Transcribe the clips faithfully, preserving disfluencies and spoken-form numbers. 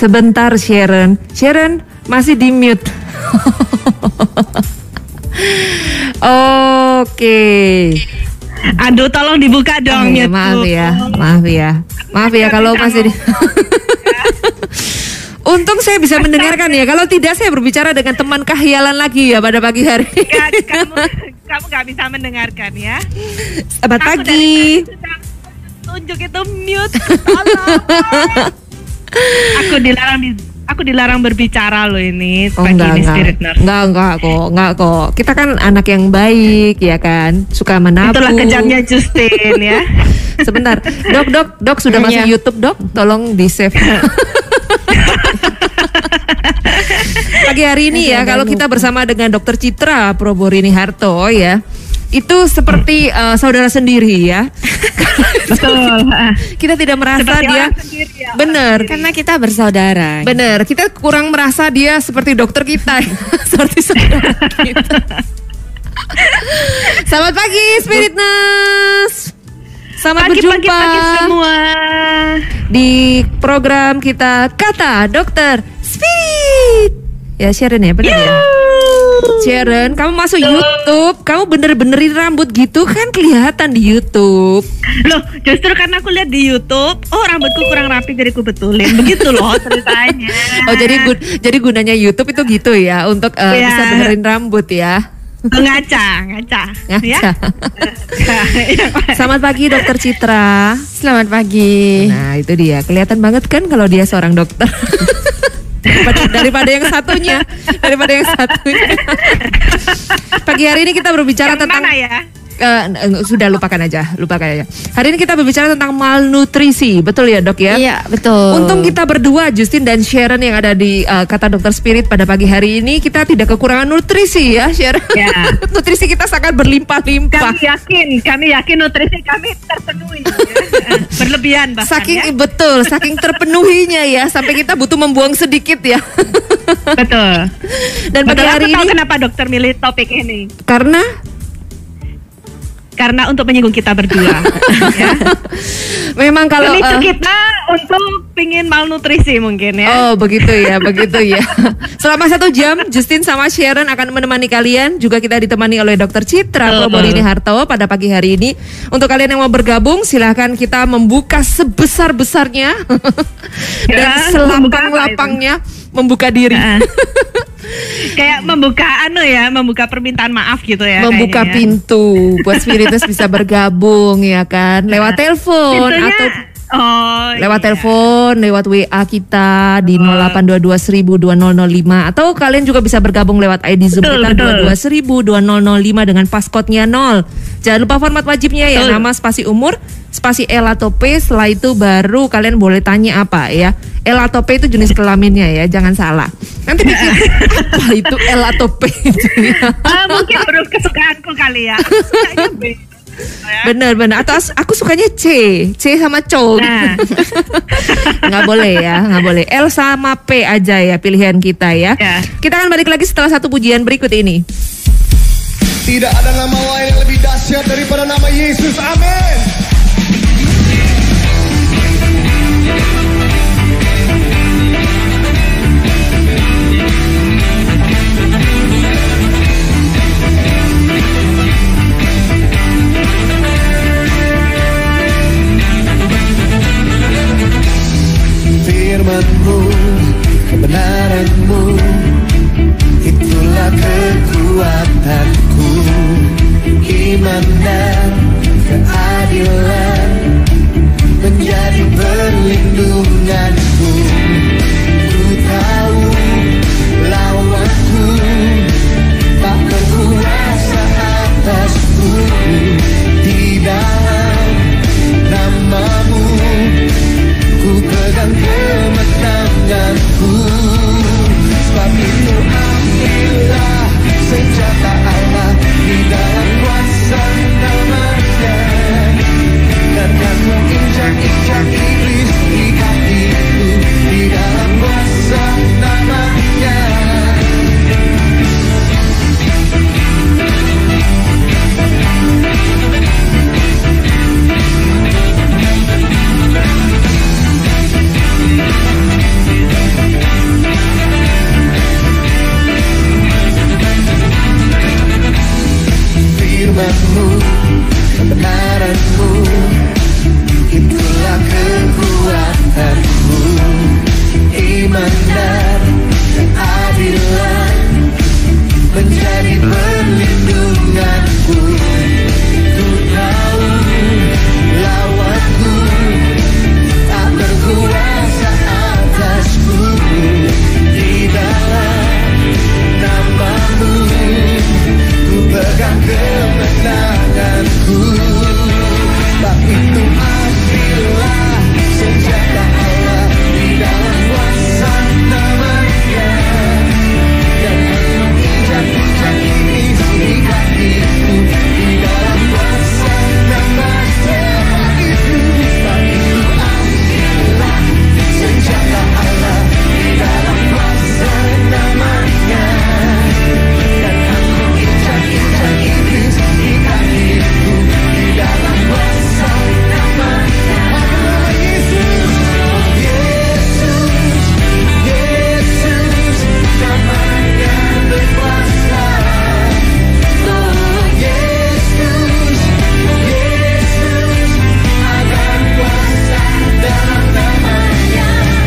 Sebentar Sharon. Sharon masih di mute. Oke. Aduh, tolong dibuka dong. Oh, ya, maaf ya, maaf ya, maaf ya kalau masih di... Untung saya bisa mendengarkan ya. Kalau tidak saya berbicara dengan teman khayalan lagi ya pada pagi hari. Gak, kamu kamu nggak bisa mendengarkan ya. Selamat pagi. Tunjuk itu mute. Tolong. Aku dilarang di Aku dilarang berbicara loh ini oh, pagi enggak, ini enggak. Spirit Nurse. Enggak, enggak kok, enggak kok. Kita kan anak yang baik ya kan, suka menabung. Itulah kejamnya Justin ya. Sebentar, dok, dok, dok sudah masuk ya. YouTube dok, tolong di save. Pagi hari ini ya, kalau kita bersama dengan Dokter Citra Proborini Harto ya, itu seperti uh, saudara sendiri ya. Betul. Kita tidak merasa seperti dia sendiri, ya, benar karena kita bersaudara. Benar, kita kurang merasa dia seperti dokter kita, seperti saudara kita. Selamat pagi Spirit Nurse. Selamat pagi, berjumpa pagi, pagi semua di program kita Kata Dokter Spirit. Ya Sharon ya, benar ya. Sharon, kamu masuk Tuh. YouTube, kamu bener-benerin rambut gitu kan kelihatan di YouTube. Loh, justru karena aku lihat di YouTube, oh rambutku kurang rapi jadi aku betulin. Begitu loh ceritanya. Oh jadi gu jadi gunanya YouTube itu gitu ya, untuk uh, ya. bisa benerin rambut ya. Ngaca, ngaca. Ngaca. Ya? Selamat pagi Dokter Citra. Selamat pagi. Nah itu dia, kelihatan banget kan kalau dia seorang dokter. daripada, daripada yang satunya, daripada yang satunya. Pagi hari ini kita berbicara yang tentang mana ya? Uh, sudah lupakan aja, lupakan aja. Hari ini kita berbicara tentang malnutrisi, betul ya dok ya? Iya betul. Untung kita berdua, Justin dan Sharon yang ada di uh, Kata Dokter Spirit pada pagi hari ini, kita tidak kekurangan nutrisi ya Sharon. Ya. Nutrisi kita sangat berlimpah-limpah. Kami yakin, kami yakin nutrisi kami terpenuhi. Ya. Berlebihan bahkan. Saking ya. betul, saking terpenuhinya ya, sampai kita butuh membuang sedikit ya. Betul. Dan pada betul, hari aku tahu ini kenapa dokter milih topik ini. Karena Karena untuk menyinggung kita berdua. Ya. Memang kalau Pemicu uh, kita untuk pingin malnutrisi mungkin ya. Oh begitu ya, begitu ya. Selama satu jam Justin sama Sharon akan menemani kalian. Juga kita ditemani oleh Dokter Citra Proborini Harto pada pagi hari ini. Untuk kalian yang mau bergabung, silahkan kita membuka sebesar-besarnya ya, dan selapang-lapangnya membuka diri. Uh. Kayak membuka anu ya, membuka permintaan maaf gitu ya. Membuka ya. pintu buat Spiritus bisa bergabung ya kan, lewat telepon atau oh, lewat iya. telepon, lewat W A kita di nol delapan dua dua seribu dua nol nol lima, atau kalian juga bisa bergabung lewat I D Zoom betul, kita betul. dua dua seribu dua nol nol lima dengan passcode-nya nol. Jangan lupa format wajibnya ya, betul. nama spasi umur, spasi L atau P, setelah itu baru kalian boleh tanya apa ya. L atau P itu jenis kelaminnya ya, jangan salah. Nanti pikir apa itu L atau P itu ya. Uh, mungkin huruf kesukaanku kali ya. Aku sukanya B. Bener-bener, atau aku sukanya C, C sama cow. Nah. Nggak boleh ya, nggak boleh. L sama P aja ya pilihan kita ya. ya. Kita akan balik lagi setelah satu pujian berikut ini. Tidak ada nama lain yang lebih dahsyat daripada nama Yesus. Amin. Firman-Mu, kebenaran-Mu, itulah kekuatanku. Iman dan keadilan menjadi perlindunganku. Ku tahu lawanku tak berkuasa atasku. Di dalam nama-Mu ku pegang kemenanganku. Sebab itu ambillah senjata Allah di dalam kuasa nama-Nya, dan kamu injak-injak iblis di hatiku di dalam kuasa kebenaran-Mu, itulah kekuatanku. Iman dan keadilan menjadi perlindunganku. Ku tahu lawanku tak berkuasa atasku. Di dalam nama-Mu ku pegang kemenanganku. Sebab itu ambillah senjata Allah di dalam kuasa nama-Nya, dan injak-injak iblis di kakiku di dalam kuasa nama-Nya. Sebab itu ambillah senjata Allah di dalam kuasa nama-Nya, dan aku injak-injak iblis di kakiku di dalam kuasa nama-Nya. Yesus, Yesus, Yesus, nama-Nya berkuasa. Oh Yesus, Yesus, ada kuasa dalam nama-Nya.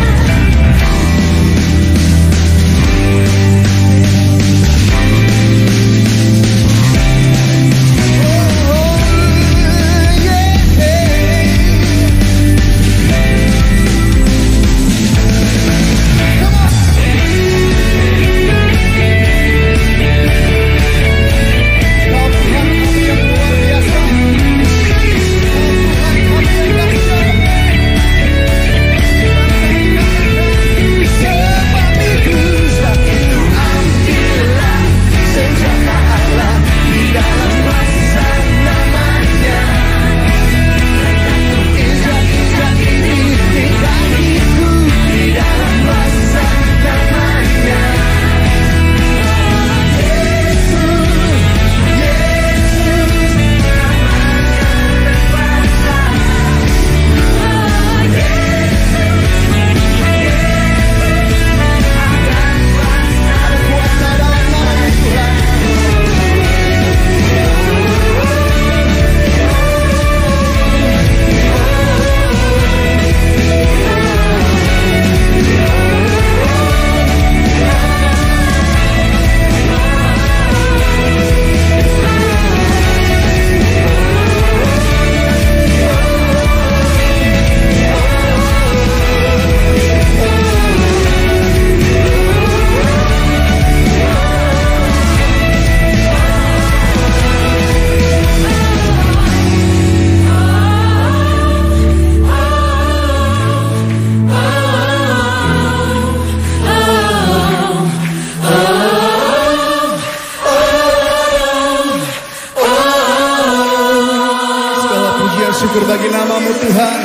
Syukur bagi nama-Mu Tuhan.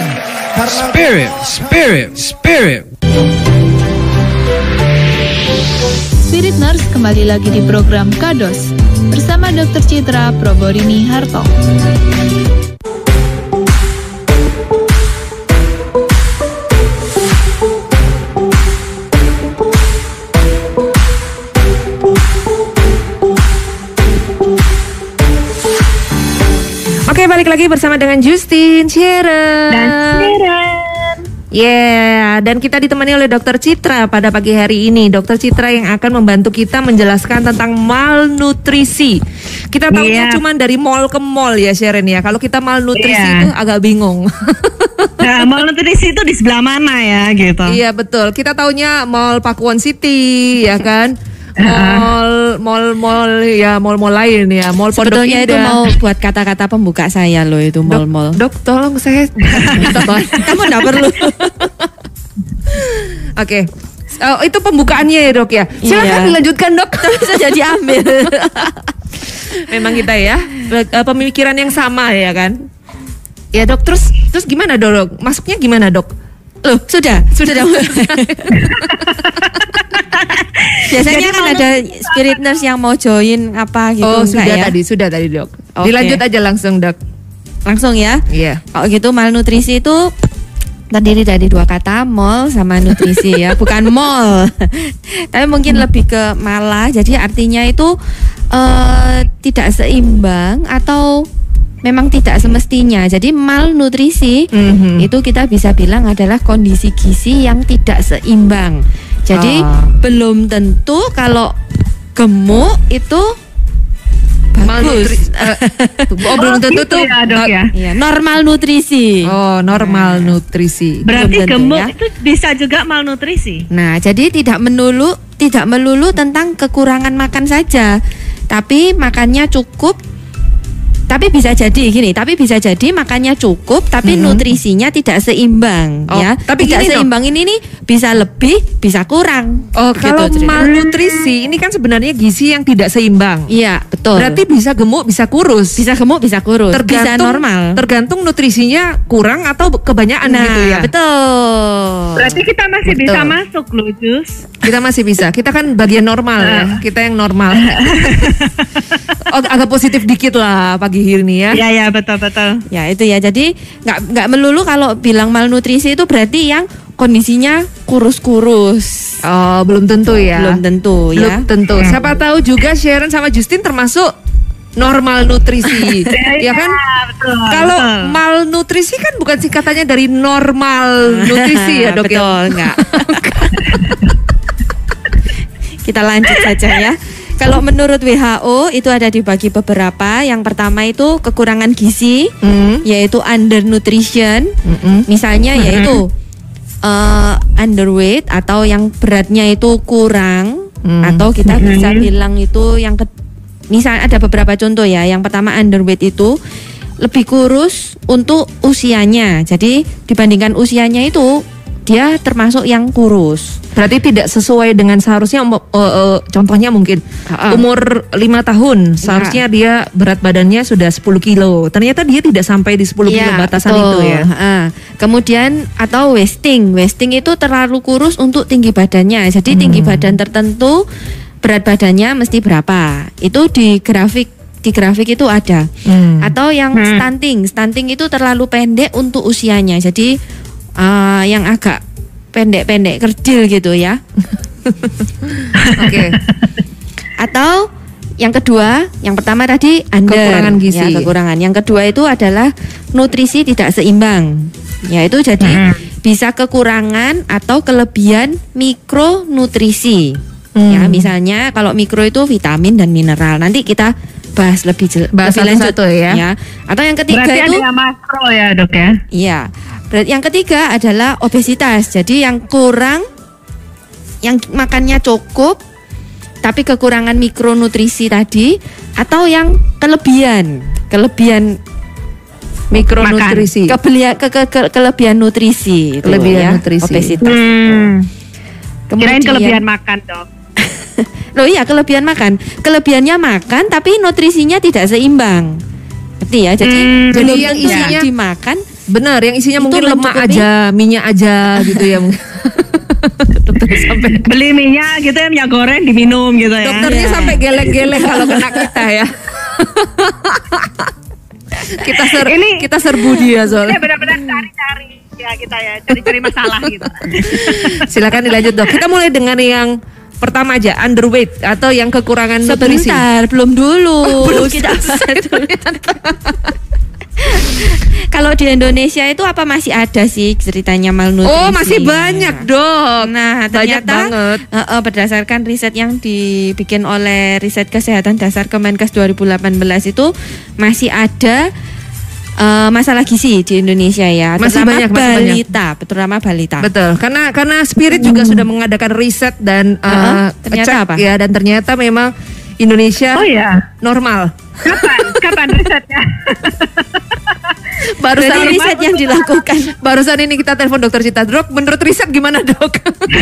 Spirit, Spirit, Spirit. Spirit Nurse kembali lagi di program Kados bersama dokter Citra Proborini Harto. Oke, balik lagi bersama dengan Justin, Sharon Dan Sharon. Yeah, dan kita ditemani oleh dokter Citra pada pagi hari ini. dokter Citra yang akan membantu kita menjelaskan tentang malnutrisi. Kita tahunya Yeah. cuma dari mall ke mall ya Sharon ya. Kalau kita malnutrisi Yeah. itu agak bingung. Nah, malnutrisi itu di sebelah mana ya gitu. Iya betul. Kita taunya Mall Pakuwon City ya kan. Mall mall mall ya mall-mall lain ya. Mall Pondok Sebetulnya itu Indah. mau buat kata-kata pembuka saya loh itu Dok, mall-mall. Dok, tolong saya. Kamu enggak perlu. Oke. Oh, itu pembukaannya ya dok ya. Silakan Iya. dilanjutkan dok. Bisa jadi ambil. Memang kita ya eh, pemikiran yang sama ya kan. Ya dok, terus terus gimana dok? Masuknya gimana dok? Loh, sudah, sudah. Biasanya Jadi kan malnu- ada spirit nurse yang mau join apa gitu. Oh enggak sudah ya? tadi, sudah tadi dok. Oke. Dilanjut aja langsung dok. Langsung ya. Iya. Kalau gitu malnutrisi itu terdiri dari dua kata, mall sama nutrisi ya, bukan mall. Tapi mungkin lebih ke malah. Jadi artinya itu eh, tidak seimbang atau memang tidak semestinya. Jadi malnutrisi Mhm. itu kita bisa bilang adalah kondisi gizi yang tidak seimbang. Jadi Ah. belum tentu kalau gemuk itu bagus. Malnutri- eh, oh belum tentu gitu tuh ya, Dok, ya. Iya, normal nutrisi. Oh normal nutrisi. Berarti Belum tentu, gemuk ya. itu bisa juga malnutrisi. Nah, jadi tidak melulu tidak melulu tentang kekurangan makan saja, tapi makannya cukup. Tapi bisa jadi gini, tapi bisa jadi makannya cukup, tapi Mhm. nutrisinya tidak seimbang, Oh, ya. tapi tidak gini, Dok. seimbang ini nih bisa lebih, bisa kurang. Oh Gitu kalau ceritanya. malnutrisi ini kan sebenarnya gizi yang tidak seimbang. Iya, betul. Berarti bisa gemuk bisa kurus. bisa gemuk, bisa kurus, bisa normal. Tergantung nutrisinya kurang atau kebanyakan Nah, gitu ya. betul. Berarti kita masih Betul. bisa masuk loh, Jus. Kita masih bisa. Kita kan bagian normal ya. Kita yang normal. Oh, agak positif dikit lah pagi ini ya. Iya, ya, betul-betul. Ya itu ya, jadi nggak nggak melulu kalau bilang malnutrisi itu berarti yang kondisinya kurus-kurus. Oh, belum tentu ya. Belum tentu Belum ya. tentu. Siapa tahu juga Sharon sama Justin termasuk normal nutrisi. Ya kan? betul. Kalau betul. malnutrisi kan bukan singkatannya dari normal nutrisi ya, Dok ya. Betul, enggak. Kita lanjut saja ya. Kalau menurut W H O itu ada dibagi beberapa. Yang pertama itu kekurangan gizi, Hmm. yaitu undernutrition. Mm-mm. Misalnya yaitu uh, underweight atau yang beratnya itu kurang, Hmm. atau kita bisa bilang itu yang ke, misal ada beberapa contoh ya. Yang pertama underweight itu lebih kurus untuk usianya. Jadi dibandingkan usianya itu dia termasuk yang kurus. Berarti tidak sesuai dengan seharusnya. um, uh, uh, contohnya mungkin Ha-ha. umur lima tahun seharusnya dia berat badannya sudah sepuluh kilo. Ternyata dia tidak sampai di sepuluh kilo Iya, batasan betul. itu ya. Ha. Kemudian atau wasting. Wasting itu terlalu kurus untuk tinggi badannya. Jadi Hmm. tinggi badan tertentu berat badannya mesti berapa. Itu di grafik di grafik itu ada. Hmm. Atau yang stunting. Stunting itu terlalu pendek untuk usianya. Jadi uh, yang agak pendek-pendek kerdil gitu ya. Oke. Atau yang kedua, yang pertama tadi under, Kekurangan gizi. ya, kekurangan. Yang kedua itu adalah nutrisi tidak seimbang. Yaitu jadi bisa kekurangan atau kelebihan mikronutrisi. Hmm. Ya, misalnya kalau mikro itu vitamin dan mineral. Nanti kita bahas lebih jel- Bahas lebih lanjut satu-satu ya. Atau yang ketiga Berarti itu ada makro ya, Dok ya. iya. Berarti yang ketiga adalah obesitas. Jadi yang kurang, yang makannya cukup tapi kekurangan mikronutrisi tadi, atau yang kelebihan, kelebihan Mikronutrisi. kebelia- ke, ke, ke- kelebihan nutrisi, itu Kelebihan ya, nutrisi. obesitas. Hmm. Kirain Kemudian- kelebihan makan, Dok. Loh iya, kelebihan makan. Kelebihannya makan tapi nutrisinya tidak seimbang. Ngerti ya? Jadi Hmm, belum jadi yang tentu yang isinya- dimakan. Benar, yang isinya Itu mungkin lemak mencukupi. aja, minyak aja gitu ya. mungkin. Dokter sampai Beli minyak gitu ya, minyak goreng diminum gitu ya. dokternya Iya. sampai geleng-geleng kalau kena kita ya. kita ser Ini- kita serbu dia Ini soalnya. benar-benar cari-cari ya kita ya, cari-cari masalah gitu. Silakan dilanjut, Dok. Kita mulai dengan yang pertama aja, underweight atau yang kekurangan nutrisi. Sebentar, belum dulu. Belum Kita selesai dulu. Kalau di Indonesia itu apa masih ada sih ceritanya malnutrisi? Oh, masih banyak, Dok. Nah, Banyak ternyata banget. eh, eh, berdasarkan riset yang dibikin oleh Riset Kesehatan Dasar Kemenkes dua ribu delapan belas itu masih ada eh, masalah gizi di Indonesia ya, Masih terutama banyak, masih banyak. balita, terutama balita. Betul, karena karena Spirit juga sudah mengadakan riset dan uh, Heeh, ternyata cek apa? ya, dan ternyata memang Indonesia Oh ya, normal. kapan? Kapan risetnya? Barusan Jadi riset yang dilakukan. Barusan ini kita telepon Dokter Cita. Dok, menurut riset gimana, Dok?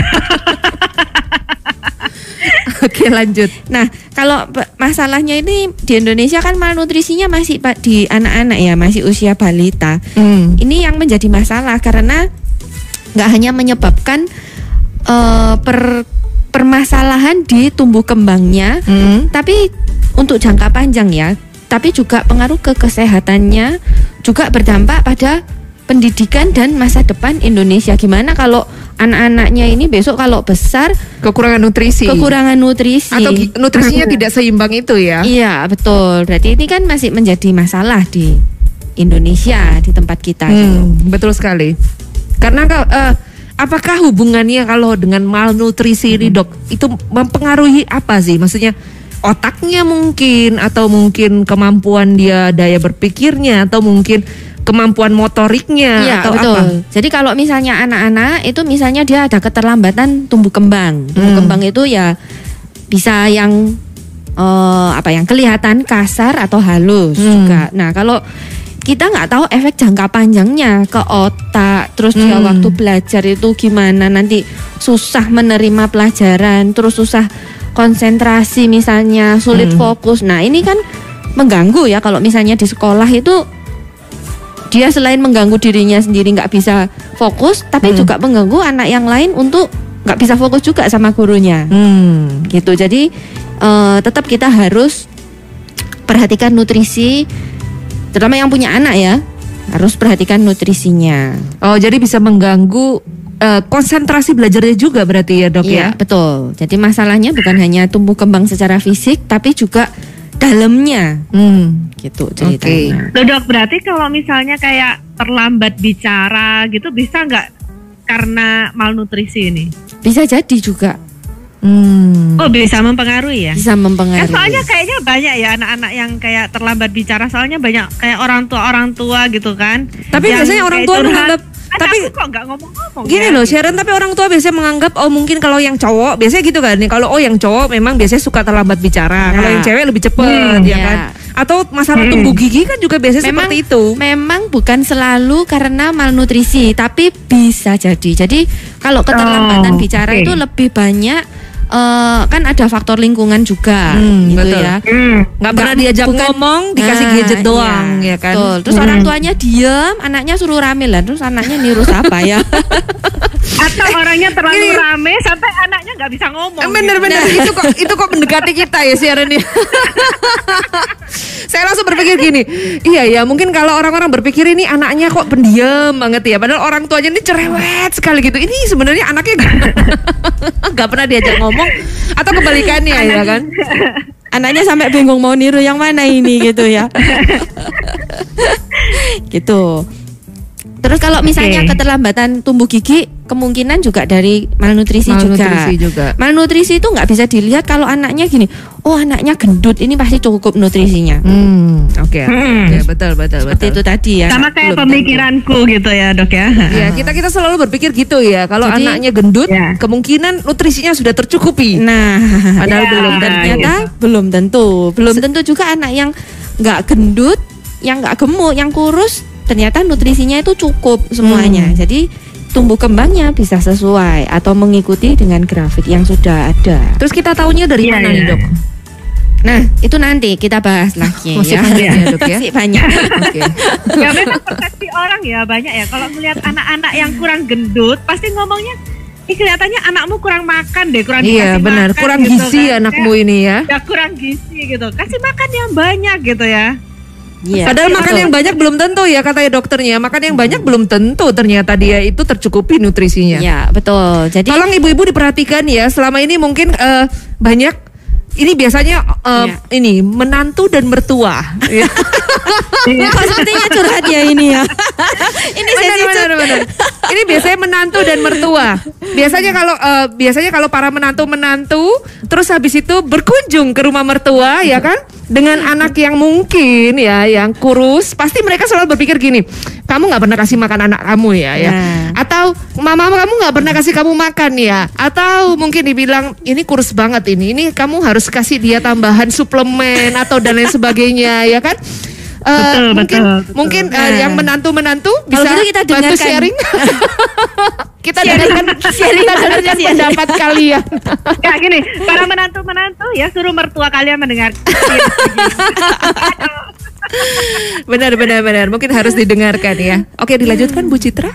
Oke, lanjut. Nah, kalau pe- masalahnya ini di Indonesia kan malnutrisinya masih pa- di anak-anak ya, masih usia balita. Hmm. Ini yang menjadi masalah karena nggak hanya menyebabkan eh, per permasalahan di tumbuh kembangnya, Hmm. tapi untuk jangka panjang ya, tapi juga pengaruh ke kesehatannya, juga berdampak pada pendidikan dan masa depan Indonesia. Gimana kalau anak-anaknya ini besok kalau besar Kekurangan nutrisi. kekurangan nutrisi Atau gi- nutrisinya tidak seimbang itu ya. Iya betul. Berarti ini kan masih menjadi masalah di Indonesia, di tempat kita. gitu. Hmm, betul sekali. Karena kal- eh, apakah hubungannya kalau dengan malnutrisi ini dok itu mempengaruhi apa sih? Maksudnya otaknya mungkin atau mungkin kemampuan dia daya berpikirnya atau mungkin kemampuan motoriknya Iya atau betul. apa? Jadi kalau misalnya anak-anak itu misalnya dia ada keterlambatan tumbuh kembang. Tumbuh Hmm. kembang itu ya bisa yang eh, apa yang kelihatan kasar atau halus Hmm. juga. Nah kalau kita nggak tahu efek jangka panjangnya ke otak, terus dia Hmm. waktu belajar itu gimana, nanti susah menerima pelajaran, terus susah konsentrasi misalnya, sulit Hmm. fokus. Nah ini kan mengganggu ya kalau misalnya di sekolah itu dia selain mengganggu dirinya sendiri nggak bisa fokus, tapi Hmm. juga mengganggu anak yang lain untuk nggak bisa fokus juga sama gurunya. Hmm. Gitu. Jadi eh, tetap kita harus perhatikan nutrisi, terutama yang punya anak ya, harus perhatikan nutrisinya. Oh jadi bisa mengganggu eh, konsentrasi belajarnya juga berarti ya dok Iya ya? betul. Jadi masalahnya bukan hanya tumbuh kembang secara fisik, tapi juga dalamnya. Hmm. Gitu ceritanya. Loh dok, berarti kalau misalnya kayak terlambat bicara gitu bisa nggak karena malnutrisi ini? Bisa jadi juga, Hmm. Oh bisa mempengaruhi ya? bisa Kan mempengaruhi. soalnya kayaknya banyak ya anak-anak yang kayak terlambat bicara, soalnya banyak kayak orang tua-orang tua gitu kan. Tapi Yang biasanya orang kayak tua curhat, menganggap, "Kan tapi aku kok nggak ngomong-ngomong gini ya?" loh gitu. Sharon, tapi orang tua biasanya menganggap oh mungkin kalau yang cowok biasanya gitu kan nih, kalau oh yang cowok memang biasanya suka terlambat bicara, kalau Nah. yang cewek lebih cepet Hmm, ya ya. kan, atau masalah Hmm. tumbuh gigi kan juga biasanya Memang- seperti itu. Memang bukan selalu karena malnutrisi, tapi bisa jadi. Jadi kalau keterlambatan Oh, bicara oke. itu lebih banyak eh, kan ada faktor lingkungan juga, Hmm, gitu betul. ya. Hmm. Nggak pernah Nggak- diajak bukan- ngomong, dikasih Nah, gadget doang iya, ya kan. betul. Terus Hmm. orang tuanya diem, anaknya suruh rame lah. Terus anaknya niru apa ya? Atau orangnya terlalu Gini. rame sampai anaknya nggak bisa ngomong. Eh, Bener-bener gitu. itu kok itu kok mendekati kita ya Sharon ya. Saya langsung berpikir gini, iya ya mungkin kalau orang-orang berpikir ini anaknya kok pendiam banget ya, padahal orang tuanya ini cerewet sekali gitu. Ini sebenarnya anaknya nggak nggak pernah diajak ngomong atau kebalikannya ya kan? Anaknya sampai bingung mau niru yang mana ini gitu ya. Gitu. Terus kalau misalnya Oke. keterlambatan tumbuh gigi, kemungkinan juga dari malnutrisi, Malnutrisi juga. juga. Malnutrisi itu nggak bisa dilihat kalau anaknya gini, oh anaknya gendut, ini pasti cukup nutrisinya. Hmm, oke. Hmm. Oke, betul betul Seperti betul. itu tadi ya. Sama kayak Belum pemikiranku gitu ya dok ya. Ya, kita kita selalu berpikir gitu ya. Kalau Jadi- anaknya gendut, Ya. kemungkinan nutrisinya sudah tercukupi. tentu. Nah, Padahal Ya, belum. Dan ternyata gitu. belum tentu. Belum tentu juga anak yang nggak gendut, yang nggak gemuk, yang kurus, ternyata nutrisinya itu cukup semuanya. Hmm. Jadi tumbuh kembangnya bisa sesuai atau mengikuti dengan grafik yang sudah ada. Terus kita tahunya dari Iya, mana iya. nih dok? Nah, itu nanti kita bahas lagi Masih ya. banyak ya, Dok, ya? Masih banyak. Oke. Ya memang persepsi orang ya banyak ya. Kalau melihat anak-anak yang kurang gendut, pasti ngomongnya, ih kelihatannya anakmu kurang makan deh, kurang Iya dikasih benar, makan," kurang gitu gizi kan. anakmu Kayak, ini ya. ya kurang gizi gitu. Kasih makan yang banyak gitu ya. Iya. Padahal makan betul. yang banyak belum tentu ya katanya dokternya. Makan yang banyak belum tentu ternyata dia itu tercukupi nutrisinya. Ya, betul. Jadi Tolong ibu-ibu diperhatikan ya. Selama ini mungkin eh, banyak ini biasanya eh, Iya. ini menantu dan mertua. Ya. kok sepertinya curhat ya ini ya. Ini Benar, sesi benar, benar. Ini biasanya menantu dan mertua. Biasanya kalau eh, biasanya kalau para menantu menantu, terus habis itu berkunjung ke rumah mertua, ya kan, dengan anak yang mungkin ya, yang kurus, pasti mereka selalu berpikir gini, kamu nggak pernah kasih makan anak kamu ya, ya, Nah. atau mama kamu nggak pernah kasih kamu makan ya, atau mungkin dibilang ini kurus banget ini, ini kamu harus kasih dia tambahan suplemen atau dan lain sebagainya, ya kan. Eh, Betul, mungkin betul, betul. mungkin eh, Nah. yang menantu-menantu Kalau bisa gitu kita bantu dengarkan. sharing. kita Sharing. dengarkan Sharing. kita dengarkan Sharing. pendapat kalian. Ya gini, para menantu-menantu ya suruh mertua kalian mendengar. Benar benar benar. Mungkin harus didengarkan ya. Oke, dilanjutkan Bu Citra.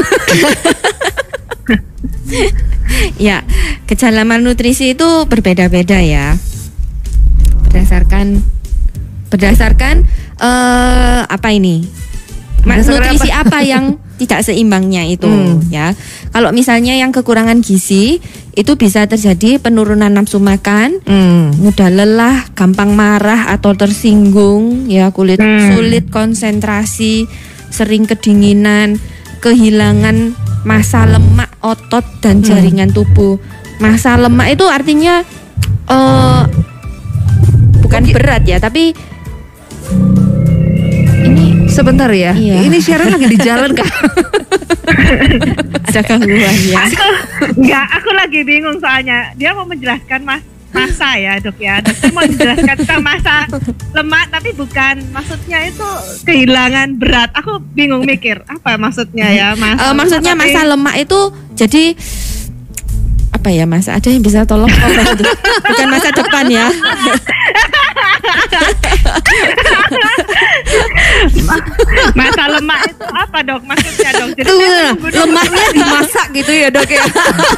ya, gejala malnutrisi itu berbeda-beda ya. Berdasarkan berdasarkan eh, apa ini? Berdasarkan Malnutrisi apa? yang tidak seimbangnya itu Hmm. ya. Kalau misalnya yang kekurangan gizi itu bisa terjadi penurunan nafsu makan, Hmm. mudah lelah, gampang marah atau tersinggung, ya kulit Hmm. sulit konsentrasi, sering kedinginan, kehilangan massa lemak otot dan jaringan tubuh. Massa lemak itu artinya eh, bukan berat ya, tapi ini Sebentar ya. Iya. Ini Sharon lagi di jalan kah? ada gangguan ya. Aku enggak, aku lagi bingung soalnya dia mau menjelaskan mas masa ya dok ya. Dokter mau menjelaskan tentang masa lemak tapi bukan maksudnya itu kehilangan berat. Aku bingung mikir apa maksudnya ya mas. Eh, maksudnya masa lemak itu jadi apa ya mas? Ada yang bisa tolong? Oh, itu. Bukan masa depan ya. Masa lemak itu apa dok? Maksudnya dok? Jadi Tunggu, saya tunggu. menunggu dulu. Lemaknya dimasak gitu ya dok ya?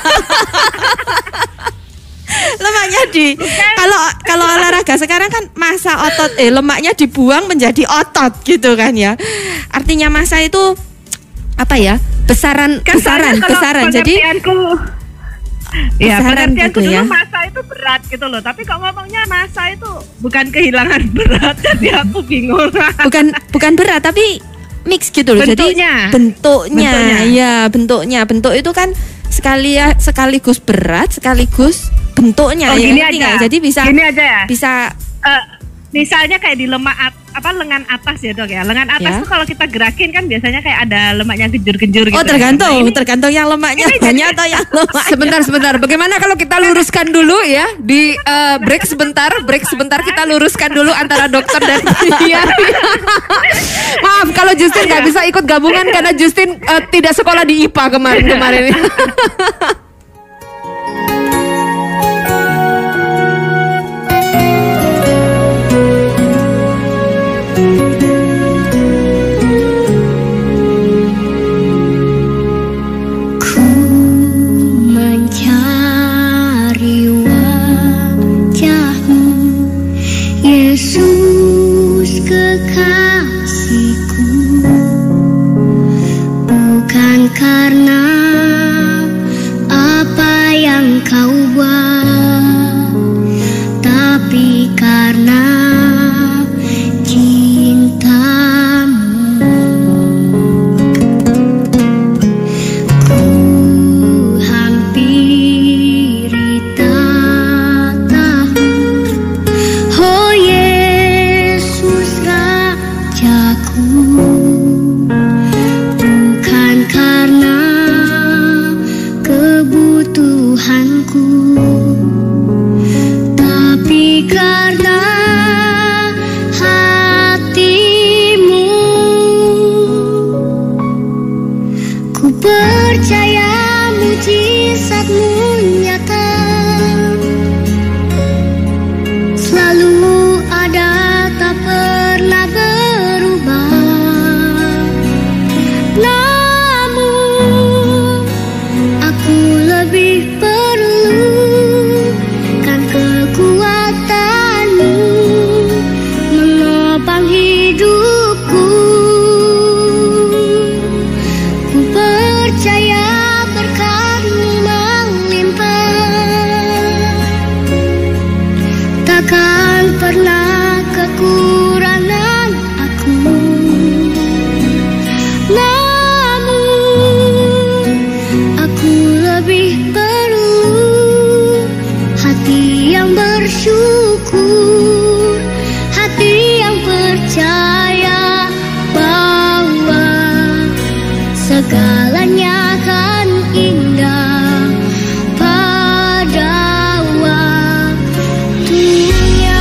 Lemaknya di kalau kalau olahraga sekarang kan massa otot eh lemaknya dibuang menjadi otot gitu kan ya. Artinya massa itu apa ya? Besaran Kan besaran soalnya kalau besaran. Jadi pengertianku, ya besaran pengertianku gitu dulu ya. masa itu berat gitu loh. Tapi kok ngomongnya masa itu bukan kehilangan berat, jadi aku bingung. bukan bukan berat tapi mix gitu loh. Bentuknya. Jadi bentuknya, Bentuknya. ya bentuknya. Bentuk itu kan sekali sekaligus berat, sekaligus bentuknya. Oh, ya, gini ngerti aja. nggak? Jadi bisa Gini aja ya. bisa Eh, misalnya kayak di lemak at- apa lengan atas ya dok ya. Lengan atas Ya. tuh kalau kita gerakin kan biasanya kayak ada lemaknya genjur-genjur gitu. oh ya. tergantung, Nah, ini- tergantung yang lemaknya banyak atau yang lemak. Sebentar, sebentar. Bagaimana kalau kita luruskan dulu ya di eh, break sebentar, break sebentar kita luruskan dulu antara dokter dan Iya. Maaf kalau Justin nggak bisa ikut gabungan karena Justin eh, tidak sekolah di I P A kemarin kemarin. Ku mencari wajah-Mu, Yesus kekasihku, bukan karena apa yang Kau buat, tapi karena cinta-Mu. Ku hampiri tatamu, oh Yesus Rajaku, bukan karena kebutuhanku, tapi karena hati-Mu. Ku percaya mujizat-Mu nyata, selalu ada, tak pernah berubah. Namun aku lebih perlu kan kekuatan-Mu menopang hidupku. Ku percaya berkat-Mu melimpah, takkan pernah kekurangan aku. Namun aku lebih perlu hati yang bersyukur, hati yang percaya bahwa segalanya akan indah pada waktunya.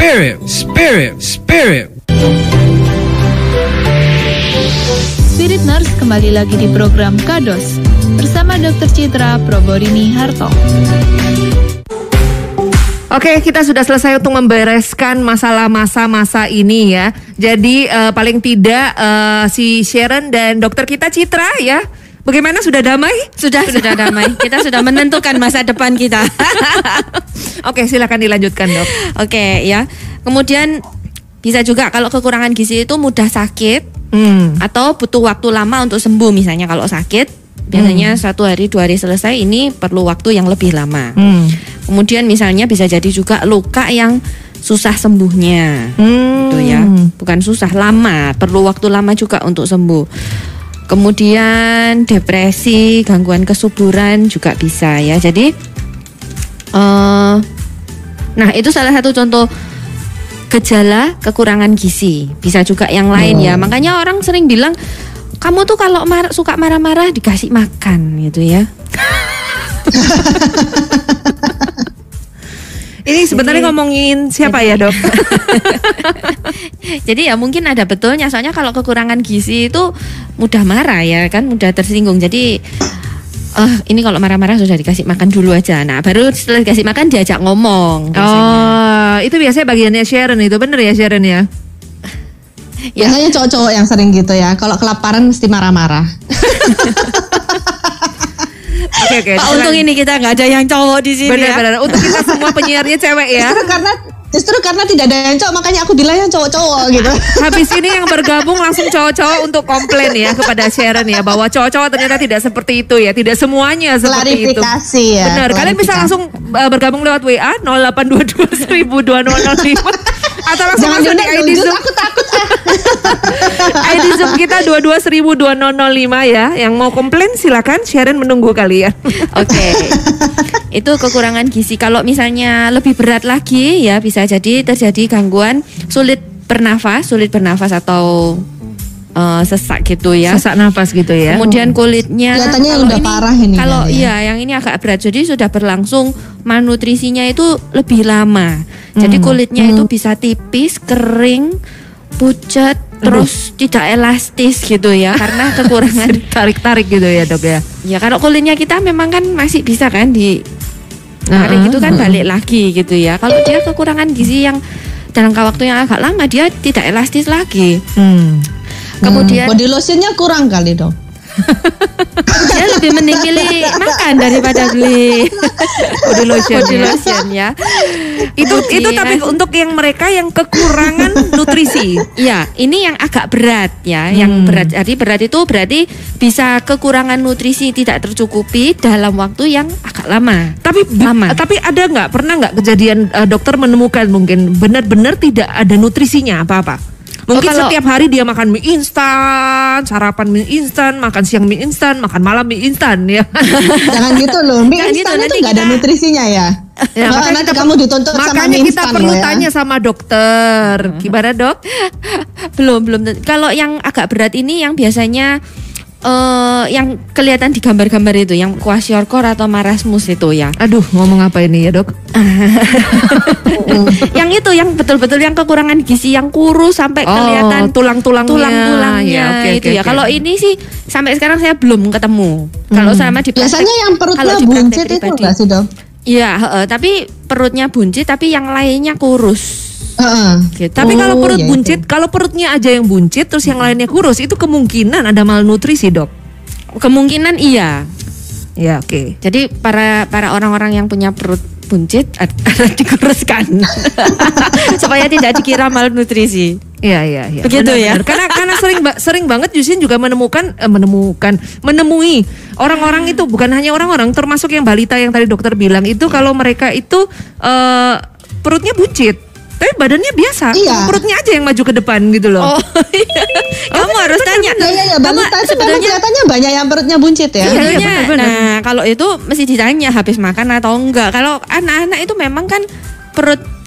spirit, spirit, spirit. Spirit Nurse kembali lagi di program Kados bersama dokter Citra Proborini Harto. Oke, kita sudah selesai untuk membereskan masalah masa-masa ini ya. Jadi uh, paling tidak uh, si Sharon dan dokter kita Citra ya. Bagaimana, sudah damai? Sudah, sudah damai. Kita sudah menentukan masa depan kita. Oke, silakan dilanjutkan, Dok. Oke, ya. Kemudian bisa juga kalau kekurangan gizi itu mudah sakit Hmm. atau butuh waktu lama untuk sembuh. Misalnya kalau sakit, biasanya Hmm. satu hari dua hari selesai, ini perlu waktu yang lebih lama. Hmm. Kemudian misalnya bisa jadi juga luka yang susah sembuhnya. Hmm. Itu ya, bukan susah, lama, perlu waktu lama juga untuk sembuh. Kemudian depresi, gangguan kesuburan juga bisa ya. Jadi, uh, nah itu salah satu contoh gejala kekurangan gizi. Bisa juga yang lain ya. Makanya orang sering bilang, kamu tuh kalau mar- suka marah-marah dikasih makan gitu ya. Ini sebenarnya Jadi- ngomongin siapa ya, Dok? Jadi ya mungkin ada betulnya, soalnya kalau kekurangan gizi itu mudah marah ya kan, mudah tersinggung. Jadi eh ini kalau marah-marah sudah dikasih makan dulu aja. Nah baru setelah dikasih makan diajak ngomong biasanya. Oh, itu biasanya bagiannya Sharon itu, bener ya Sharon ya? Biasanya cowok-cowok yang sering gitu ya. Kalau kelaparan mesti marah-marah. Oke oke. Pak, untung ini kita nggak ada yang cowok di sini ya. Benar-benar. Untuk kita semua penyiarnya cewek ya. Justru karena justru karena tidak ada yang cowok, makanya aku bilang yang cowok-cowok gitu. Habis ini yang bergabung langsung cowok-cowok untuk komplain ya kepada Sharon ya, bahwa cowok-cowok ternyata tidak seperti itu ya, tidak semuanya seperti itu. Klarifikasi ya. Benar. Kalian bisa klarifikasi. langsung uh, bergabung lewat W A nol delapan dua dua seribu dua nol nol lima atau langsung Jangan masuk di diundang I D dulu, Zoom. aku takut ah. I D Zoom kita dua dua seribu dua nol nol lima ya. Yang mau komplain silakan, Sharon menunggu kalian. Oke. Itu kekurangan gizi. Kalau misalnya lebih berat lagi ya bisa jadi terjadi gangguan sulit bernafas, sulit bernafas atau eh, sesak gitu ya. Sesak nafas gitu ya. Kemudian kulitnya Kelihatannya yang kalau udah parah ini Kalau kan, ya. iya yang ini agak berat, jadi sudah berlangsung malnutrisinya itu lebih lama. Jadi kulitnya itu bisa tipis, kering, pucat, terus tidak elastis gitu ya karena kekurangan. Tarik-tarik gitu ya, Dok ya. Ya kalau kulitnya kita memang kan masih bisa kan di tarik Uh-uh. itu kan balik lagi gitu ya. Kalau dia kekurangan gizi yang dalam waktu yang agak lama, dia tidak elastis lagi. Hmm. Kemudian Hmm, body lotionnya kurang kali dong. dia lebih mending pilih makan daripada beli Body lotion, body ya. lotion ya. Itu Kemudian- itu tapi untuk yang mereka yang kekurangan nutrisi. Iya, ini yang agak berat ya, Hmm. yang berat. Jadi berat itu berarti bisa kekurangan nutrisi tidak tercukupi dalam waktu yang agak lama. Tapi bi- Lama. tapi ada nggak pernah nggak kejadian uh, dokter menemukan mungkin benar-benar tidak ada nutrisinya apa-apa? Mungkin Oh, kalau- setiap hari dia makan mie instan, sarapan mie instan, makan siang mie instan, makan malam mie instan ya. Jangan gitu loh. Mie Jangan gitu, instan itu nanti nggak ada kita- nutrisinya ya. Ya, Malah makanya nanti kita kamu dituntut sama Makanya mie kita instan perlu loh ya. tanya sama dokter. Gimana, Dok? belum belum. Kalau yang agak berat ini yang biasanya eh yang kelihatan di gambar-gambar itu, yang kwashiorkor atau marasmus itu ya. Aduh, ngomong apa ini ya, Dok? Yang itu yang betul-betul yang kekurangan gizi, yang kurus sampai Oh, kelihatan tulang-tulangnya. tulang-tulangnya Ya, oke, itu oke, ya. oke. Kalau ini sih sampai sekarang saya belum ketemu. Kalau sama di praktek- Biasanya yang perutnya kalau di praktek buncit itu pribadi. enggak sih, Dok? Iya, heeh, tapi perutnya buncit tapi yang lainnya kurus. Heeh. Gitu. Tapi Oh, kalau perut ya buncit, kalau perutnya aja yang buncit terus yang lainnya kurus, itu kemungkinan ada malnutrisi, Dok. Kemungkinan iya. Ya, oke. Jadi para para orang-orang yang punya perut buncit ad- harus dikuruskan supaya tidak dikira malnutrisi. Iya, iya, iya. Begitu ya? Karena karena sering ba- sering banget Yusin juga menemukan eh, menemukan menemui orang-orang itu, bukan hanya orang-orang, termasuk yang balita yang tadi dokter bilang itu, kalau mereka itu eh, perutnya buncit. Tapi badannya biasa, Iya. cuma perutnya aja yang maju ke depan gitu loh. Oh, iya. Kamu harus tanya. Ya ya ya, Kamu balita itu memang sebetulnya kelihatannya banyak yang perutnya buncit ya. Iya, Sebetulnya, benar-benar. nah kalau itu mesti ditanya habis makan atau enggak. Kalau anak-anak itu memang kan perut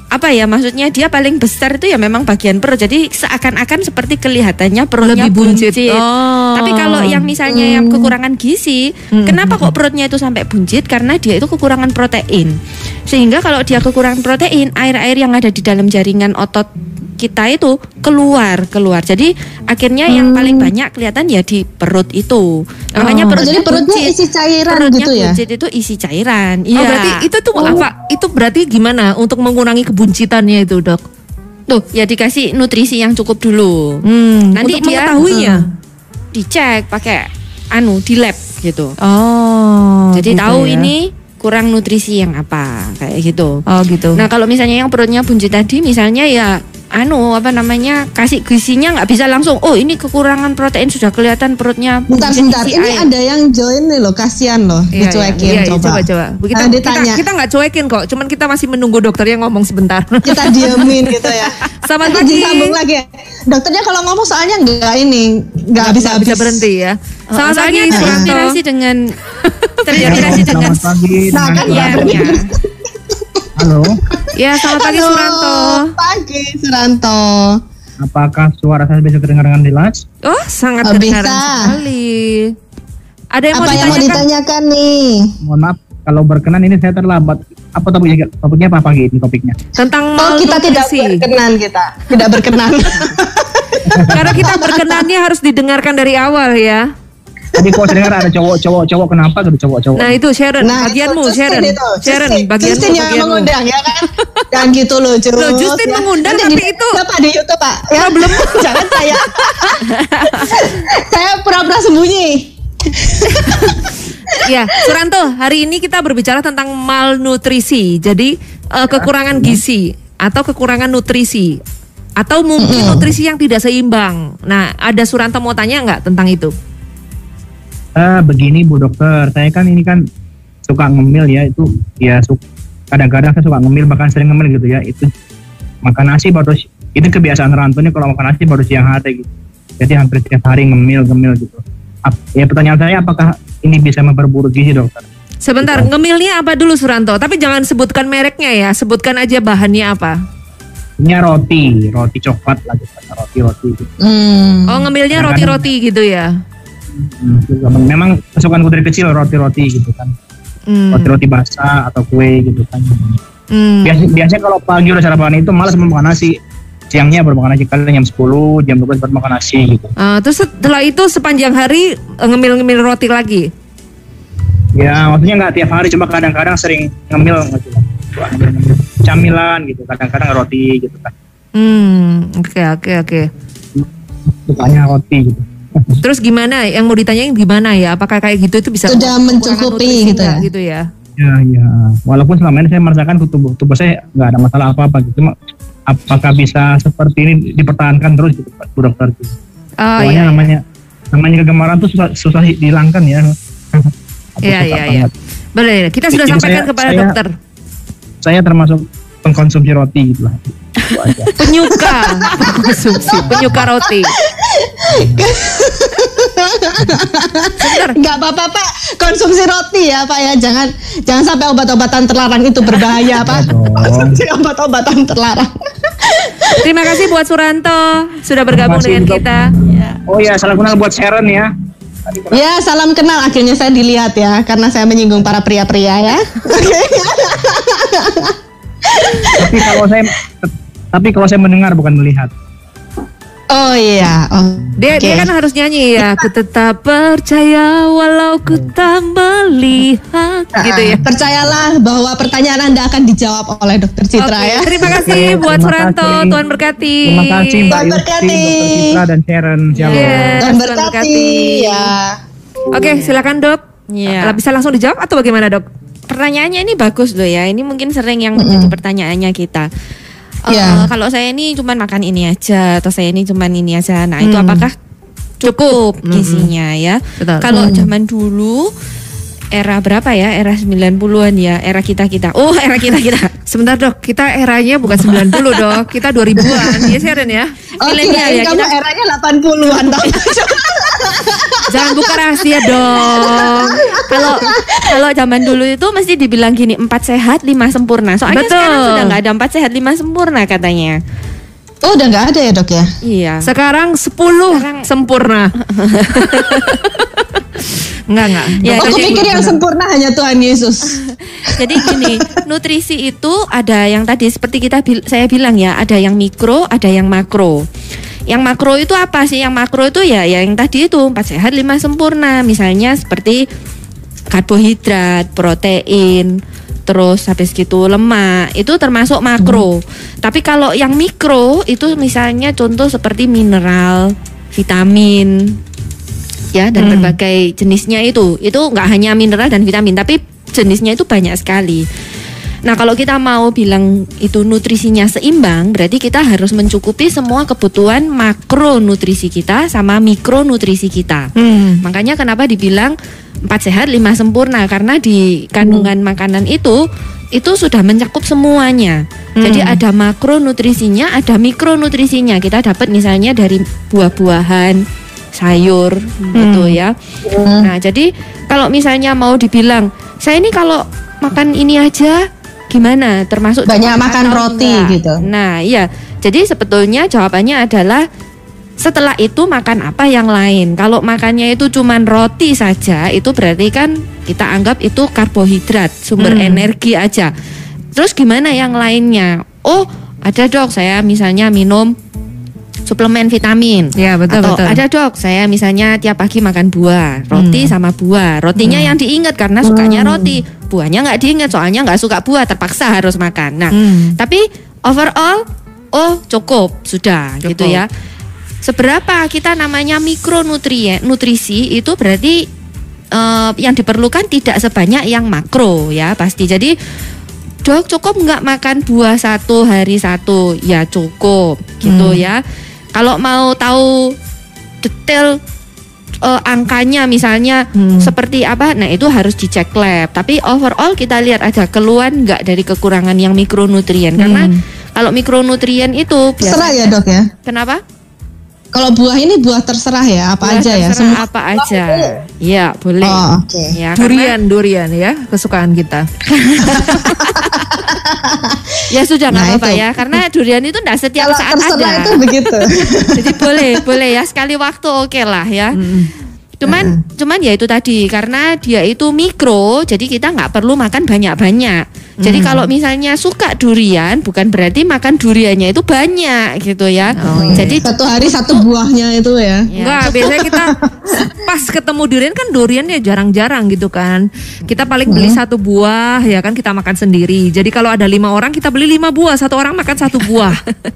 apa ya, maksudnya dia paling besar itu ya memang bagian perut. Jadi seakan-akan seperti kelihatannya perutnya Lebih buncit. buncit. Oh. Tapi kalau yang misalnya yang kekurangan gizi, Hmm. kenapa kok perutnya itu sampai buncit? Karena dia itu kekurangan protein. Sehingga kalau dia kekurangan protein, air-air yang ada di dalam jaringan otot kita itu keluar keluar. Jadi akhirnya yang paling banyak kelihatan ya di perut itu. Makanya Oh, perutnya jadi perutnya buncit. isi cairan Perutnya gitu ya? buncit itu isi cairan. Iya. Oh, berarti itu tuh apa? Itu berarti gimana untuk mengurangi kebuncitannya itu, Dok? Tuh, ya dikasih nutrisi yang cukup dulu. Hmm, Nanti untuk dia mengetahuinya. hmm, dicek pakai anu di lab gitu. Oh. Jadi gitu tahu ya. ini kurang nutrisi yang apa kayak gitu. Oh, gitu. Nah, kalau misalnya yang perutnya buncit tadi misalnya ya anu apa namanya kasih gizinya nggak bisa langsung. Oh, ini kekurangan protein sudah kelihatan perutnya. Bentar, buncit, bentar. isi Ini air. ada yang join nih loh, kasihan loh, Iya, dicuekin. iya, iya, coba. coba coba. Kita, Nah, kita ditanya. kita nggak cuekin kok, cuman kita masih menunggu dokternya ngomong sebentar. Kita diemin gitu ya. Selamat Nanti pagi. disambung lagi ya. Dokternya kalau ngomong soalnya nggak ini, nggak bisa bisa berhenti ya. Oh, Selamat soalnya pagi, Suranto. terinspirasi dengan terinspirasi dengan Selamat pagi Nah, dengan kan ya, ya. Halo, Ya, selamat pagi Halo, Suranto. Pagi Suranto. apakah suara saya bisa terdengar dengan jelas? Oh, sangat Oh, kedengaran bisa. sekali. Ada yang Apa mau yang mau ditanyakan? ditanyakan nih? Mohon maaf kalau berkenan ini saya terlambat. Apa topiknya? Topiknya apa pagi ini topiknya? Tentang Oh, kita tidak malnutrisi. berkenan kita, tidak berkenan. Karena kita berkenannya harus didengarkan dari awal ya. Jadi kalau saya dengar ada cowok-cowok, cowok kenapa gitu cowok-cowok? Nah, itu Sharon, Nah, bagianmu itu Sharon. Justin itu. Sharon, Justin, bagianmu, Justin yang bagianmu. mengundang ya kan? Jangan gitu loh, Jus. Loh, Justin mengundang, Nanti tapi di- itu- Pak di YouTube, Pak. Ya, Problem. Jangan saya. Saya pura-pura sembunyi. Ya, Suranto, hari ini kita berbicara tentang malnutrisi. Jadi eh, kekurangan gizi atau kekurangan nutrisi atau mungkin nutrisi yang tidak seimbang. Nah, ada Suranto mau tanya nggak tentang itu? Ah, begini Bu Dokter, saya kan ini kan suka ngemil ya, itu ya su- kadang-kadang saya suka ngemil, bahkan sering ngemil gitu ya, itu makan nasi baru si- itu kebiasaan rantau ini kalau makan nasi baru siang hari gitu. Jadi hampir setiap hari ngemil-ngemil gitu. Ap- ya pertanyaan saya, apakah ini bisa memperburuk gizi Dokter? Sebentar, ngemilnya apa dulu Suranto? Tapi jangan sebutkan mereknya ya, sebutkan aja bahannya apa. Ini roti, roti coklat lah gitu, roti-roti gitu. Hmm. Oh, ngemilnya Kadang-kadang- roti-roti gitu ya. Hmm, memang kesukaanku dari kecil roti-roti gitu kan, Hmm. roti-roti basah atau kue gitu kan. Hmm. Biasa, biasanya kalau pagi udah sarapan itu malas mau makan nasi, siangnya baru makan nasi, kalian jam sepuluh, jam dua belas baru makan nasi gitu. Ah, terus setelah itu sepanjang hari eh, ngemil-ngemil roti lagi. Ya maksudnya nggak tiap hari, cuma kadang-kadang sering ngemil gitu kan. Ngemil-ngemil camilan gitu, kadang-kadang roti gitu kan. Hmm, oke oke oke. Sukanya roti gitu. Terus gimana? Yang mau ditanyain gimana ya? Apakah kayak gitu itu bisa Sudah kekurangan mencukupi nutrisi gitu nggak ya? Gitu ya. Ya ya, walaupun selama ini saya merasakan tubuh tubuh saya nggak ada masalah apa-apa gitu, cuma apakah bisa seperti ini dipertahankan terus gitu Pak Bu Dokter? Gitu. Oh Soalnya iya. namanya namanya kegemaran tuh susah, susah dihilangkan ya. Aku Iya suka iya iya. banget. Boleh, kita sudah Bikin sampaikan saya- kepada saya- dokter. Saya termasuk pengkonsumsi roti gitu lah. Itu aja. Penyuka konsumsi, penyuka roti. Sebentar. Nggak apa-apa Pak, konsumsi roti ya Pak ya. Jangan jangan sampai obat-obatan terlarang itu berbahaya Pak. dong. Konsumsi obat-obatan terlarang. Terima kasih buat Suranto sudah bergabung kasih dengan juga. kita. Oh ya, salam kenal buat Sharon ya. Ya, salam kenal. Akhirnya saya dilihat ya, karena saya menyinggung para pria-pria ya. Oke. Tapi kalau saya tapi kalau saya mendengar bukan melihat. Oh iya. Oh, Dia, oke. dia kan harus nyanyi ya. Ku tetap percaya walau ku tak melihat, gitu ya. Percayalah bahwa pertanyaan Anda akan dijawab oleh Dokter Citra Oke, ya. terima kasih Oke, buat terima Suranto. kasih. Tuhan berkati. Terima kasih Mbak Tuhan Yusti, berkati. Dokter Citra dan Sharon. Shalom. Yes, Dan Tuhan berkati berkati. ya. Oke, silakan Dok. Iya. Eh, Bisa langsung dijawab atau bagaimana Dok? Pertanyaannya ini bagus loh ya. Ini mungkin sering yang menjadi pertanyaannya kita. Eh, Iya. Kalau saya ini cuman makan ini aja atau saya ini cuman ini aja. Nah, itu Hmm. apakah cukup gizinya ya? Betul. Kalau zaman dulu era berapa ya? Era sembilan puluhan ya, era kita-kita. Oh, era kita-kita. Sebentar Dok, kita eranya bukan sembilan puluh Dok, kita dua ribuan. Ya Sharon ya. Oh, Milenial kirain ya, kamu kita- eranya delapan puluhan tahun. Jangan buka rahasia dong. Kalau kalau zaman dulu itu mesti dibilang gini, empat sehat lima sempurna. Soalnya Betul. sekarang sudah nggak ada empat sehat lima sempurna katanya. Oh, udah nggak ada ya dok ya? Iya. Sekarang sepuluh Sekarang- sempurna. Enggak, enggak. Ya, Aku jadi- pikir yang sempurna hanya Tuhan Yesus. Jadi gini, nutrisi itu ada yang tadi seperti kita bil- saya bilang ya, ada yang mikro, ada yang makro. Yang makro itu apa sih? Yang makro itu ya yang tadi itu empat sehat lima sempurna. Misalnya seperti karbohidrat, protein, terus habis gitu lemak, itu termasuk makro. Tapi kalau yang mikro itu misalnya contoh seperti mineral, vitamin, ya dan berbagai jenisnya itu. Itu nggak hanya mineral dan vitamin, tapi jenisnya itu banyak sekali. Nah, kalau kita mau bilang itu nutrisinya seimbang, berarti kita harus mencukupi semua kebutuhan makronutrisi kita sama mikronutrisi kita. Hmm. Makanya kenapa dibilang empat sehat lima sempurna, karena di kandungan makanan itu itu sudah mencakup semuanya. Jadi ada makronutrisinya, ada mikronutrisinya. Kita dapat misalnya dari buah-buahan, sayur gitu ya. Nah, jadi kalau misalnya mau dibilang, saya ini kalau makan ini aja gimana? Termasuk Banyak cukup makan atau roti enggak? gitu. Nah, iya. Jadi sebetulnya jawabannya adalah setelah itu makan apa yang lain. Kalau makannya itu cuman roti saja, itu berarti kan kita anggap itu karbohidrat, sumber Hmm. energi aja. Terus gimana yang lainnya? Oh, ada dok, saya misalnya minum suplemen vitamin. Ya, betul, Atau betul. ada dok, saya misalnya tiap pagi makan buah, roti Hmm. sama buah. Rotinya yang diingat karena sukanya roti, buahnya nggak diingat soalnya nggak suka buah, terpaksa harus makan. Nah, Hmm. tapi overall, oh cukup sudah Cukup. gitu ya. Seberapa kita namanya mikronutrien, nutrisi itu berarti eh, yang diperlukan tidak sebanyak yang makro ya pasti. Jadi dok cukup nggak makan buah satu hari satu? Ya cukup gitu Hmm. ya. Kalau mau tahu detail eh, angkanya misalnya Hmm. seperti apa, nah itu harus dicek lab. Tapi overall kita lihat ada keluhan nggak dari kekurangan yang mikronutrien. Karena Hmm. kalau mikronutrien itu Terserah ya dok ya. Kenapa? Kalau buah ini buah terserah ya, apa Buah aja ya? terserah apa aja. Ya boleh. Oh, oke. Ya, karena- Durian, durian ya, kesukaan kita. ya sudah nggak Nah, apa-apa itu. ya, karena durian itu nggak setiap Kalau saat terserah ada. itu begitu. Jadi boleh, boleh ya sekali waktu oke lah ya. Cuman, cuman ya itu tadi karena dia itu mikro, jadi kita nggak perlu makan banyak-banyak. Jadi kalau misalnya suka durian, bukan berarti makan duriannya itu banyak gitu ya. Oh, iya. Jadi Satu hari satu buahnya itu ya. ya, Enggak, biasanya kita pas ketemu durian kan durian ya jarang-jarang gitu kan. Kita paling beli satu buah ya kan, kita makan sendiri. Jadi kalau ada lima orang kita beli lima buah, satu orang makan satu buah.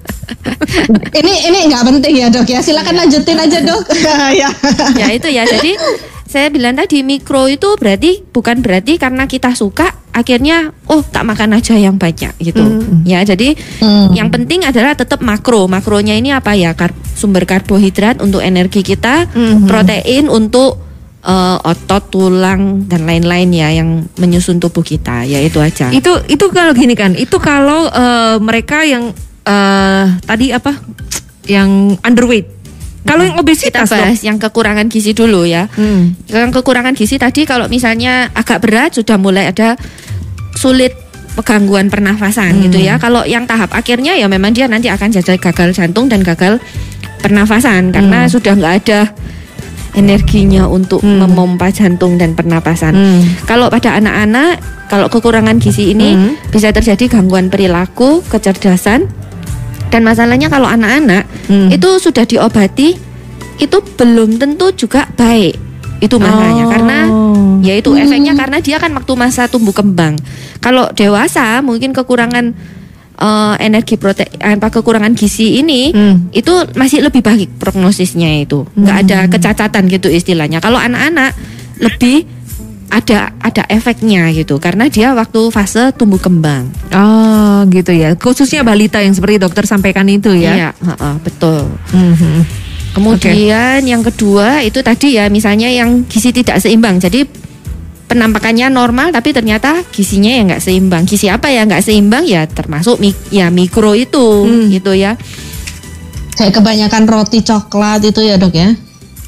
Ini ini nggak penting ya dok ya. Silakan lanjutin aja dok. Ya. ya itu ya. Jadi saya bilang tadi mikro itu berarti bukan berarti karena kita suka akhirnya oh tak makan aja yang banyak gitu. Ya, jadi Hmm. yang penting adalah tetap makro. Makronya ini apa ya? Kar- sumber karbohidrat untuk energi kita, Mhm. protein untuk eh, otot, tulang dan lain-lain ya yang menyusun tubuh kita. Ya itu aja. Itu itu kalau gini kan, itu kalau eh, mereka yang eh, tadi apa? Yang underweight. Kalau yang kita obesitas dok. bahas yang kekurangan gizi dulu ya. Hmm. Yang kekurangan gizi tadi kalau misalnya agak berat sudah mulai ada sulit gangguan pernafasan gitu ya. Kalau yang tahap akhirnya ya memang dia nanti akan jadi gagal jantung dan gagal pernafasan karena sudah nggak ada energinya untuk Hmm. memompa jantung dan pernapasan. Hmm. Kalau pada anak-anak kalau kekurangan gizi ini Hmm. bisa terjadi gangguan perilaku, kecerdasan. Dan masalahnya kalau anak-anak Hmm. itu sudah diobati itu belum tentu juga baik. Itu masalahnya Oh. karena ya itu efeknya karena dia kan waktu masa tumbuh kembang. Kalau dewasa mungkin kekurangan eh, energi protein apa kekurangan gizi ini Hmm. itu masih lebih baik prognosisnya itu. Nggak ada kecacatan gitu istilahnya. Kalau anak-anak lebih ada ada efeknya gitu karena dia waktu fase tumbuh kembang. Oh gitu ya, khususnya balita yang seperti dokter sampaikan itu ya. Iya, heeh, betul. Mhm. Kemudian yang kedua itu tadi ya misalnya yang gizi tidak seimbang. Jadi penampakannya normal tapi ternyata gizinya yang nggak seimbang. Gizi apa ya nggak seimbang ya termasuk mik- ya mikro itu Hmm. gitu ya. Kayak kebanyakan roti coklat itu ya dok ya.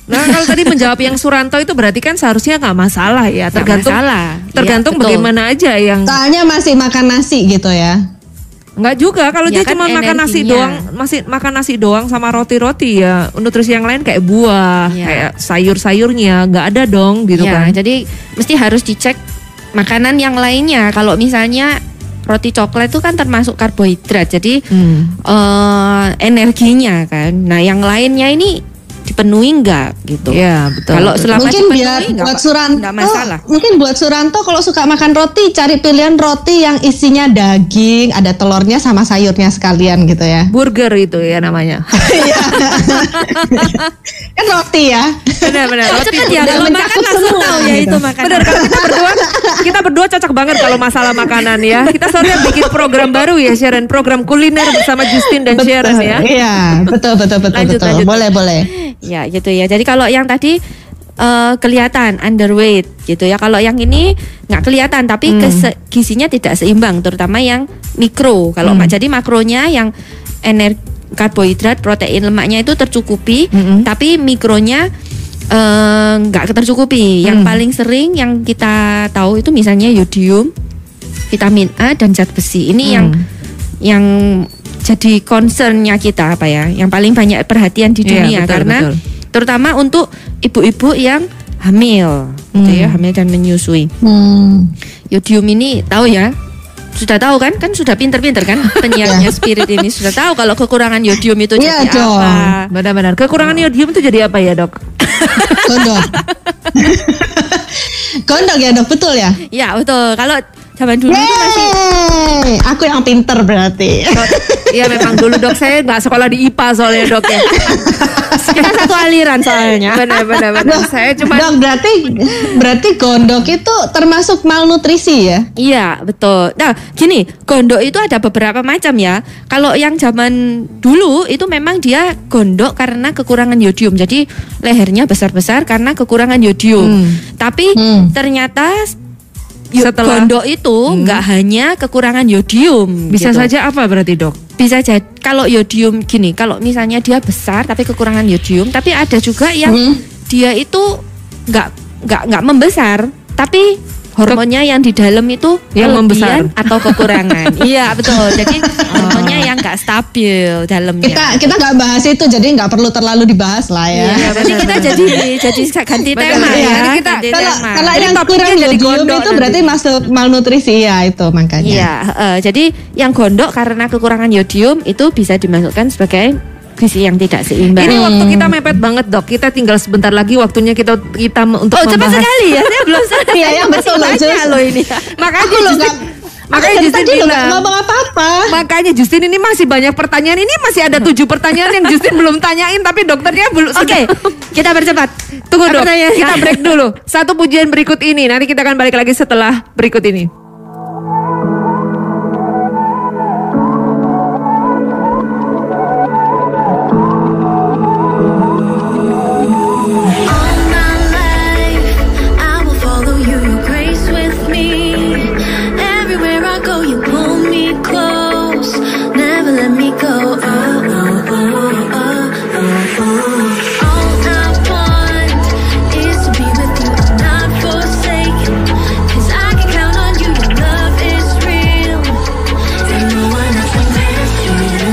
Nah kalau tadi menjawab yang Suranto itu berarti kan seharusnya nggak masalah ya, tergantung masalah. tergantung Iya, betul. bagaimana aja yang Soalnya masih makan nasi gitu ya. nggak juga kalau Ya dia kan cuma makan nasi energinya. doang, masih makan nasi doang sama roti-roti ya nutrisi yang lain kayak buah, Ya. kayak sayur-sayurnya nggak ada dong gitu Ya, kan. jadi mesti harus dicek makanan yang lainnya. Kalau misalnya roti coklat itu kan termasuk karbohidrat, jadi Hmm. eh, energinya kan. Nah, yang lainnya ini dipenuhi enggak gitu. Iya betul. Kalau selama Mungkin dipenuhi biar nggak buat apa- Suranto, nggak masalah. mungkin buat Suranto kalau suka makan roti, cari pilihan roti yang isinya daging, ada telurnya sama sayurnya sekalian gitu ya. burger itu ya namanya. Kan roti ya. Benar-benar. Oh, cepet ya, udah kalau makan mencakup langsung semua tahu ya gitu. itu makan. Benar kalau kita berdua kita berdua cocok banget kalau masalah makanan ya. Kita soalnya bikin program baru ya Sharon, program kuliner bersama Justin dan Sharon ya. Iya, betul betul betul Lanjut, betul. lanjut. Boleh boleh. Ya gitu ya. Jadi kalau yang tadi eh, kelihatan underweight gitu ya. Kalau yang ini nggak kelihatan tapi Hmm. kese- gizinya tidak seimbang, terutama yang mikro. Kalau Hmm. mak jadi makronya yang energi karbohidrat, protein, lemaknya itu tercukupi, Mm-mm. tapi mikronya eh, nggak tercukupi. Yang Hmm. paling sering yang kita tahu itu misalnya yodium, vitamin A dan zat besi. Ini Hmm. yang yang jadi concernnya kita apa ya? Yang paling banyak perhatian di Iya, dunia betul, karena betul. terutama untuk ibu-ibu yang hamil, gitu Hmm. ya, hamil dan menyusui. Hmm. Yodium ini tahu ya? Sudah tahu kan? Kan sudah pinter-pinter kan penyiarnya Spirit ini sudah tahu kalau kekurangan yodium itu Iya jadi dong. apa. Benar-benar. Kekurangan yodium itu jadi apa ya dok? Gondok. Gondok ya dok, betul ya? Ya betul. Kalau zaman dulu itu masih Yeay, aku yang pinter berarti. Iya memang dulu dok saya nggak sekolah di I P A soalnya dok ya. kita satu aliran soalnya. Benar-benar. Dok, Saya cuma dok berarti berarti gondok itu termasuk malnutrisi ya? Iya betul. Nah gini, gondok itu ada beberapa macam ya. Kalau yang zaman dulu itu memang dia gondok karena kekurangan yodium. Jadi lehernya besar-besar karena kekurangan yodium. Hmm. Tapi Hmm. ternyata yo- Setelah- gondok itu nggak hanya kekurangan yodium. bisa gitu. saja apa berarti dok? Bisa jadi kalau yodium gini, kalau misalnya dia besar tapi kekurangan yodium, tapi ada juga yang Hmm. dia itu nggak nggak nggak membesar, tapi hormonnya yang di dalam itu Yang kelebihan membesar. atau kekurangan. Iya betul. Jadi hormonnya yang nggak stabil dalamnya. Kita kita nggak bahas itu, jadi nggak perlu terlalu dibahas lah ya. Iya, berarti kita jadi jadi ganti Betul, tema iya. ya. Jadi kita- ganti Kalau tema. kalau Jadi yang topiknya kurang jadi yodium gondok itu nanti. berarti masuk malnutrisi ya itu makanya. Iya, eh, jadi yang gondok karena kekurangan yodium itu bisa dimasukkan sebagai gizi yang tidak seimbang. Ini waktu kita mepet banget dok. Kita tinggal sebentar lagi waktunya kita kita me- untuk Oh cepat membahas. sekali ya, saya belum selesai. Iya, yang Masih betul, banyak Jus. loh ini. Makanya Aku loh Justin, nggak- makanya Aku dari Justin tadi loh nggak bilang. ngomong apa-apa. Makanya Justin ini masih banyak pertanyaan. Ini masih ada tujuh pertanyaan yang Justin belum tanyain, tapi dokternya belum. Oke, kita percepat. Tunggu Apa dok. pertanyaannya? Kita break dulu. Satu pujian berikut ini. Nanti kita akan balik lagi setelah berikut ini. All my life, I will follow you, your grace with me. Everywhere I go, you pull me close, never let me go. Oh, oh, oh, oh, oh, oh. All I want is to be with you, not forsaken. 'Cause I can count on you, your love is real, and no one else compares to you.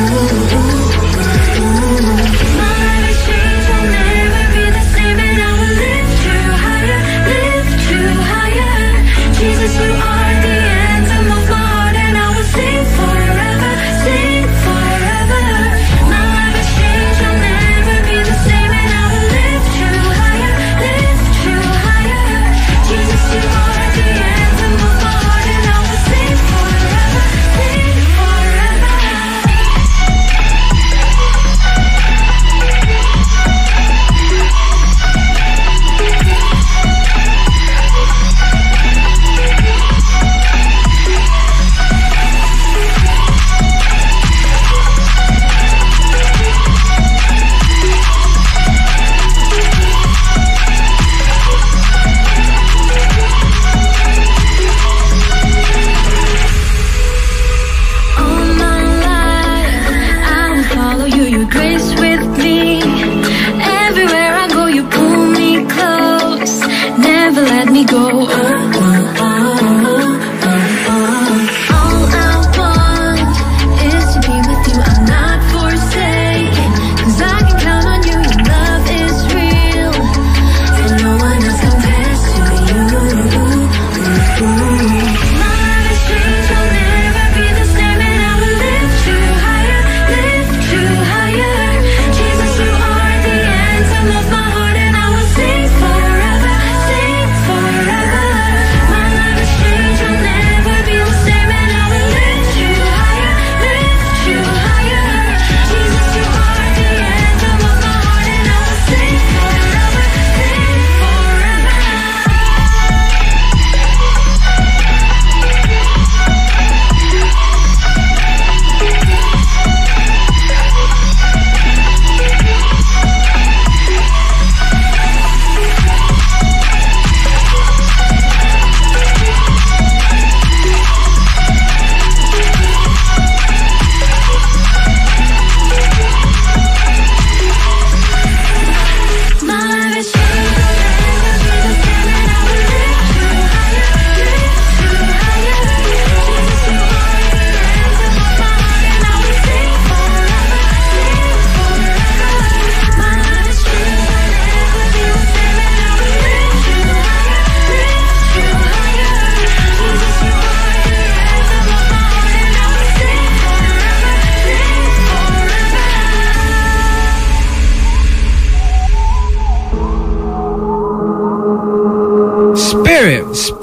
My life has changed, I'll never be the same, and I will lift you higher, lift you higher. Jesus, you are the anthem of my heart, and I will sing forever, sing forever. My life has changed, I'll never be the same, and I will lift you higher, lift you higher. Jesus, you are the anthem of my heart, and I will sing forever, sing forever. All my life, I will follow you, your grace with me. Everywhere I go, you pull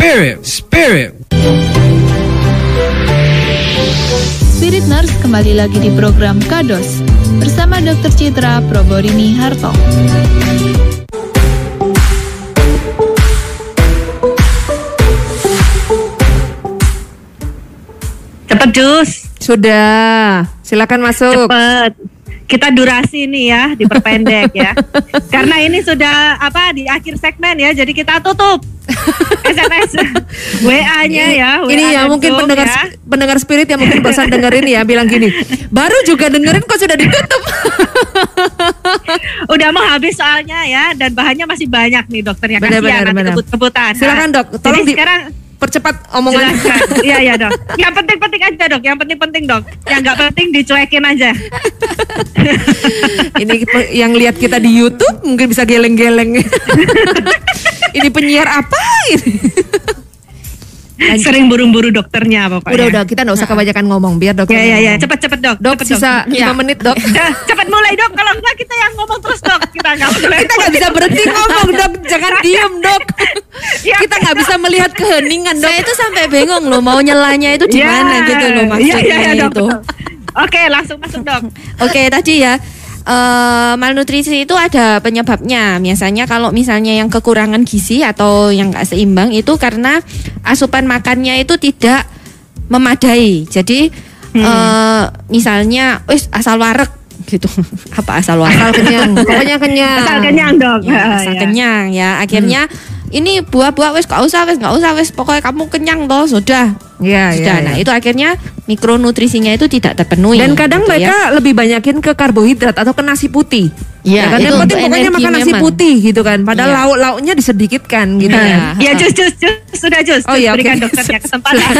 Spirit, Spirit. Spirit Nurse kembali lagi di program Kados bersama dokter Citra Proborini Harto. Cepet Jus. Sudah, silakan masuk. Cepet. Kita durasi nih ya, diperpendek ya. Karena ini sudah apa di akhir segmen ya, jadi kita tutup. S M S W A-nya ya. W A Ini ya mungkin Zoom pendengar ya. pendengar Spirit yang mungkin bosan dengerin ya bilang gini, baru juga dengerin kok sudah ditutup. Udah mau habis soalnya ya, dan bahannya masih banyak nih dokternya. Benar, Kasihan benar, nanti benar. kebut-kebutan. Silakan Nah, dok, tolong jadi di sekarang percepat omongan. jelaskan. Iya iya dok. Yang penting-penting aja dok, yang penting-penting dok. Yang nggak penting dicuekin aja. Ini pe- yang lihat kita di YouTube mungkin bisa geleng-geleng. Ini penyiar apa ini? Sering buru-buru dokternya pokoknya. Udah udah kita nggak usah kebanyakan ngomong biar dokter. Ya ya ya, ngomong. cepet-cepet dok. Dok cepet, sisa lima menit dok. Eh, Cepet mulai dok, kalau enggak kita yang ngomong terus dok. Kita nggak boleh. Kita nggak bisa berhenti ngomong dok, jangan diem dok. Ya, Kita nggak bisa melihat keheningan dok. Saya itu sampai bingung loh mau nyelanya itu di Ya. mana gitu loh Iya, maksudnya iya, iya, dok, itu. betul. Oke, langsung masuk dok. Oke tadi ya eh, malnutrisi itu ada penyebabnya. Biasanya kalau misalnya yang kekurangan gizi atau yang nggak seimbang itu karena asupan makannya itu tidak memadai. Jadi eh, misalnya, wis asal wareg gitu. Apa asal wareg? Asal kenyang, pokoknya kenyang. Asal kenyang dok. Ya, Ah, asal ya. kenyang ya. Akhirnya ini buah-buah wis nggak usah, wis nggak usah, wis pokoknya kamu kenyang toh sudah. Ya, Sudah. ya, Nah ya. itu akhirnya mikronutrisinya itu tidak terpenuhi. Dan kadang gitu ya. mereka lebih banyakin ke karbohidrat atau ke nasi putih. Iya, Ya kan, itu yang penting untuk pokoknya energi makan nasi memang. putih gitu kan. Padahal Iya. lauk-lauknya disedikitkan gitu Iya. kan. Ya jus jus jus sudah jus. Oh, Jus, iya, oke. berikan dokternya kesempatan.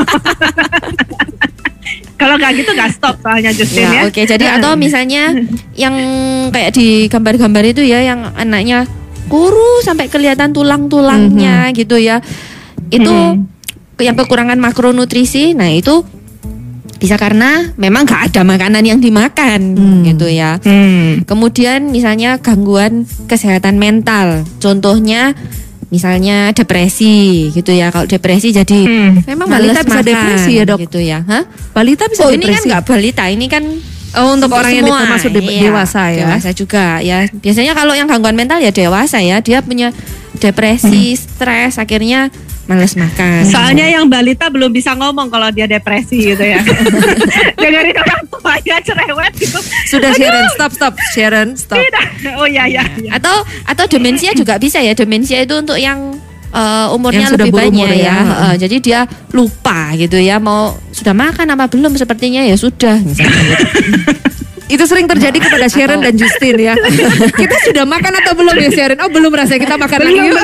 Kalau nggak gitu nggak stop soalnya Justin ya. Ya, oke. Jadi atau misalnya yang kayak di gambar-gambar itu ya, yang anaknya kurus sampai kelihatan tulang-tulangnya gitu ya. Itu yang kekurangan makronutrisi. Nah itu bisa karena memang nggak ada makanan yang dimakan gitu ya. Hmm. Kemudian misalnya gangguan kesehatan mental. Contohnya misalnya depresi gitu ya. Kalau depresi jadi Hmm. Memang males balita bisa makan, depresi ya dok? gitu ya. Hah? Balita bisa Oh ini kan depresi? nggak balita, ini kan Oh untuk orang yang semua. termasuk de- Iya, dewasa ya. Dewasa juga ya. Biasanya kalau yang gangguan mental ya dewasa ya, dia punya depresi, stres, akhirnya males makan. Soalnya yang balita belum bisa ngomong kalau dia depresi gitu ya. Dengerin orang tuanya cerewet gitu. Sudah Sharon, stop stop Sharon, stop. Tidak. Oh iya iya. iya. Atau atau demensia juga bisa ya. Demensia itu untuk yang uh, umurnya Yang sudah lebih berumur banyak ya. ya. Heeh, jadi dia lupa gitu ya, mau sudah makan apa belum, sepertinya ya sudah misalnya gitu. Itu sering terjadi kepada Sharon dan Justin ya. Kita sudah makan atau belum ya Sharon? Oh belum, rasanya kita makan lagi yuk.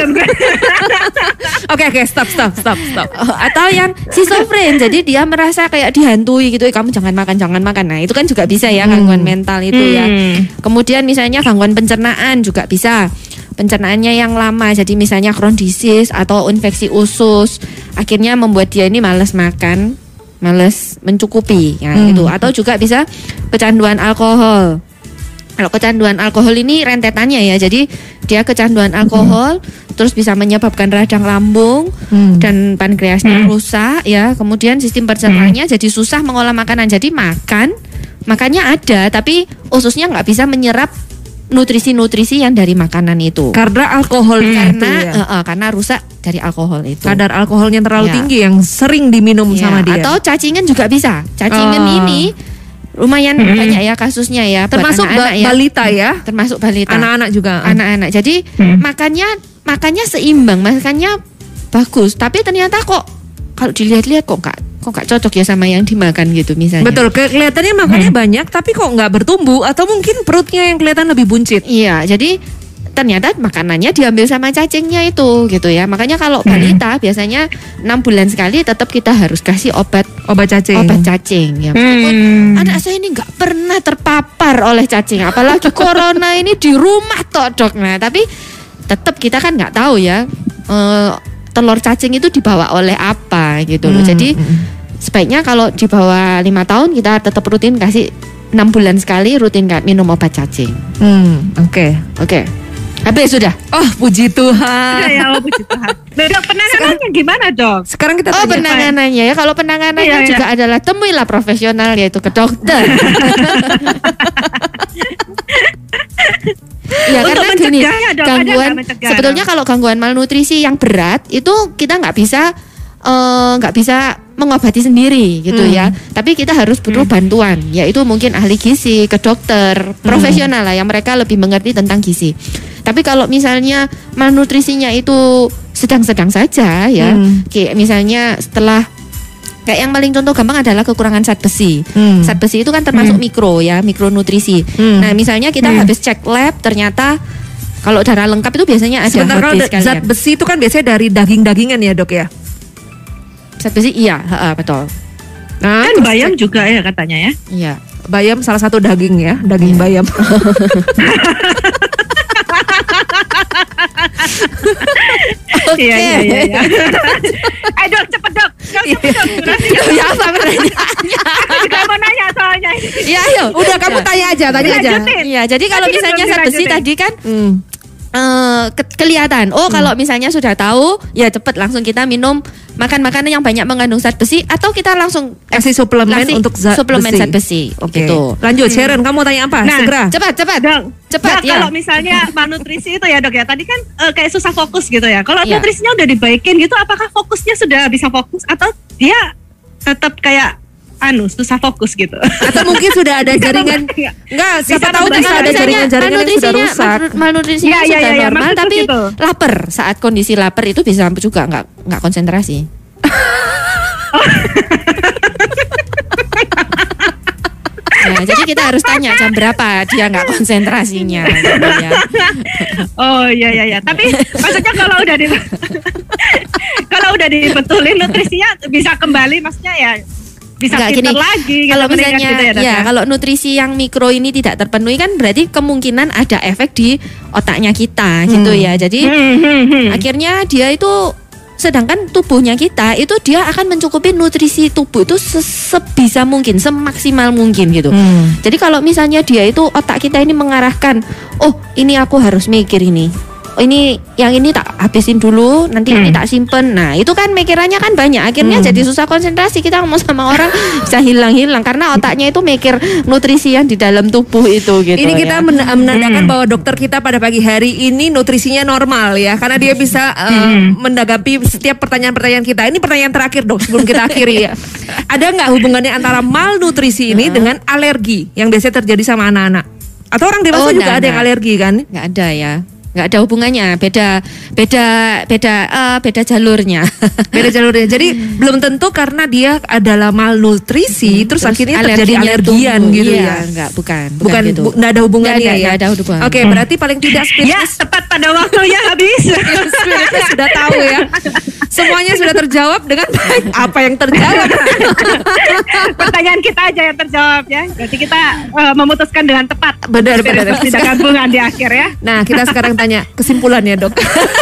Oke oke stop stop stop stop. Oh, atau yang schizofren, jadi dia merasa kayak dihantui gitu, "Eh, kamu jangan makan jangan makan." Nah itu kan juga bisa ya gangguan mental itu ya. Kemudian misalnya gangguan pencernaan juga bisa. Pencernaannya yang lama, jadi misalnya Crohn disease atau infeksi usus, akhirnya membuat dia ini malas makan, malas mencukupi ya Hmm. itu. Atau juga bisa kecanduan alkohol. Kalau kecanduan alkohol ini rentetannya ya, jadi dia kecanduan alkohol, terus bisa menyebabkan radang lambung Hmm. dan pankreasnya rusak ya. Kemudian sistem pencernaannya jadi susah mengolah makanan. Jadi makan, makannya ada, tapi ususnya nggak bisa menyerap nutrisi-nutrisi yang dari makanan itu. Karena alkohol Karena itu ya. eh, eh, karena rusak dari alkohol itu. Kadar alkoholnya terlalu Ya. tinggi yang sering diminum Ya, sama dia. atau cacingan juga bisa. Cacingan Oh. ini lumayan banyak ya kasusnya ya, buat termasuk anak-anak ba- ya. balita ya. Termasuk balita. Anak-anak juga. Anak-anak. Jadi makannya makannya seimbang, makannya bagus, tapi ternyata kok kalau dilihat-lihat kok nggak kok nggak cocok ya sama yang dimakan gitu misalnya. Betul, ke- kelihatannya makannya banyak tapi kok nggak bertumbuh atau mungkin perutnya yang kelihatan lebih buncit. Iya, jadi ternyata makanannya diambil sama cacingnya itu gitu ya. Makanya kalau balita biasanya enam bulan sekali tetap kita harus kasih obat Obat cacing. obat cacing ya. Meskipun anak saya ini nggak pernah terpapar oleh cacing, apalagi corona ini di rumah toh dok. Nah tapi tetap kita kan nggak tahu ya eh, telur cacing itu dibawa oleh apa gitu loh. Hmm, Jadi sebaiknya kalau di bawah lima tahun kita tetap rutin kasih enam bulan sekali rutin minum obat cacing. Hmm, oke. Oke. Habis sudah. Oh, puji Tuhan. Ya, ya, oh, puji Tuhan. Nah, dok, penanganannya gimana, dok? Sekarang kita Oh, tanya. penanganannya ya. Kalau penanganannya Iya, iya. juga adalah temuilah profesional, yaitu ke dokter. Ya, Untuk karena gini, mencegahnya, dok, ada gangguan nggak mencegah, sebetulnya dok? kalau gangguan malnutrisi yang berat itu kita nggak bisa eh, nggak bisa mengobati sendiri gitu Hmm. ya. Tapi kita harus butuh bantuan, yaitu mungkin ahli gizi, ke dokter, profesional lah yang mereka lebih mengerti tentang gizi. Tapi kalau misalnya malnutrisinya itu sedang-sedang saja ya, Hmm. kayak misalnya setelah kayak yang paling contoh gampang adalah kekurangan zat besi. Hmm. Zat besi itu kan termasuk mikro ya, mikronutrisi. Hmm. Nah, misalnya kita Hmm. habis cek lab ternyata kalau darah lengkap itu biasanya ada Sebentar, kalau habis da- zat sekalian. besi itu kan biasanya dari daging-dagingan ya, Dok ya. Zat besi iya, ha-ha, betul. Nah, Kan terus bayam cek- juga ya katanya ya. Iya. bayam salah satu daging ya, daging bayam. Iya, iya, iya. iya. Ayo, dok, cepet, dok. Dok, cepet, dok. Durasi, dok. Ya apa pertanyaannya? Aku juga mau nanya soalnya. Iya, ayo. Udah kamu tanya aja, tanya aja. Dilanjutin. Iya, jadi kalau Tadi misalnya belum zat besi dilanjutin. tadi kan Hmm. eh, ke- kelihatan. Oh, kalau misalnya sudah tahu, ya cepet langsung kita minum makan makanan yang banyak mengandung zat besi atau kita langsung Kasih suplemen kasih untuk zat suplemen besi. zat besi. Oke. Gitu. Lanjut, Sharon, kamu tanya apa? Nah, Segera. Cepat, cepat. Dok, Cepat, Dok, ya. kalau misalnya malnutrisi itu ya, dok ya, tadi kan eh, kayak susah fokus gitu ya. Kalau Iya. nutrisinya udah dibaikin gitu, apakah fokusnya sudah bisa fokus atau dia tetap kayak anu susah fokus gitu? Atau mungkin sudah ada Bisa jaringan. membantu. Enggak, siapa Bisa tahu membantu. bisa ada Misalnya jaringan-jaringan yang sudah malnutrisinya- rusak. mal- malnutrisinya Iya, iya, sudah iya, iya, normal, maksudku tapi gitu. lapar. Saat kondisi lapar itu bisa juga nggak nggak konsentrasi. Ya, jadi kita harus tanya jam berapa dia nggak konsentrasinya. Gitu ya. Oh iya iya iya. Tapi maksudnya kalau udah di kalau udah dibetulin nutrisinya bisa kembali, maksudnya ya bisa Nggak, pinter gini, lagi gitu, kalau meningkat misalnya gitu ya, Dok, ya kalau nutrisi yang mikro ini tidak terpenuhi kan berarti kemungkinan ada efek di otaknya kita gitu ya. Jadi Hmm, hmm, hmm. akhirnya dia itu, sedangkan tubuhnya kita itu dia akan mencukupi nutrisi tubuh itu se- sebisa mungkin, semaksimal mungkin gitu. Hmm. Jadi kalau misalnya dia itu otak kita ini mengarahkan, oh ini aku harus mikir ini, oh, ini yang ini tak habisin dulu, nanti ini tak simpen. Nah itu kan mikirannya kan banyak, akhirnya Hmm. jadi susah konsentrasi. Kita ngomong sama orang bisa hilang-hilang karena otaknya itu mikir nutrisi yang di dalam tubuh itu gitu. Ini kita ya. men- menandakan bahwa dokter kita pada pagi hari ini nutrisinya normal ya, karena dia bisa uh, menanggapi setiap pertanyaan-pertanyaan kita. Ini pertanyaan terakhir, Dok, sebelum kita akhiri ya. Ada nggak hubungannya antara malnutrisi ini dengan alergi yang biasanya terjadi sama anak-anak? Atau orang dewasa Oh, juga enggak, ada yang enggak. alergi kan? Nggak ada ya, nggak ada hubungannya, beda beda beda eh, beda jalurnya. Beda jalurnya. Jadi belum tentu karena dia adalah malnutrisi terus, akhirnya terjadi alerginya alergian tumbuh. gitu Iya, ya. Enggak, bukan, bukan, Bukan, gitu. bu- nggak ada hubungannya Nggak ada, ya. nggak ada hubungan. Oke, berarti paling tidak Ya speechless. tepat pada waktunya habis. Spiritnya sudah tahu ya. Semuanya sudah terjawab dengan baik. Apa yang terjawab? Pertanyaan kita aja yang terjawab ya. Berarti kita eh, memutuskan dengan tepat. Benar, benar. Tidak gabungan di akhir ya. Nah, kita sekarang tanya kesimpulannya, Dok.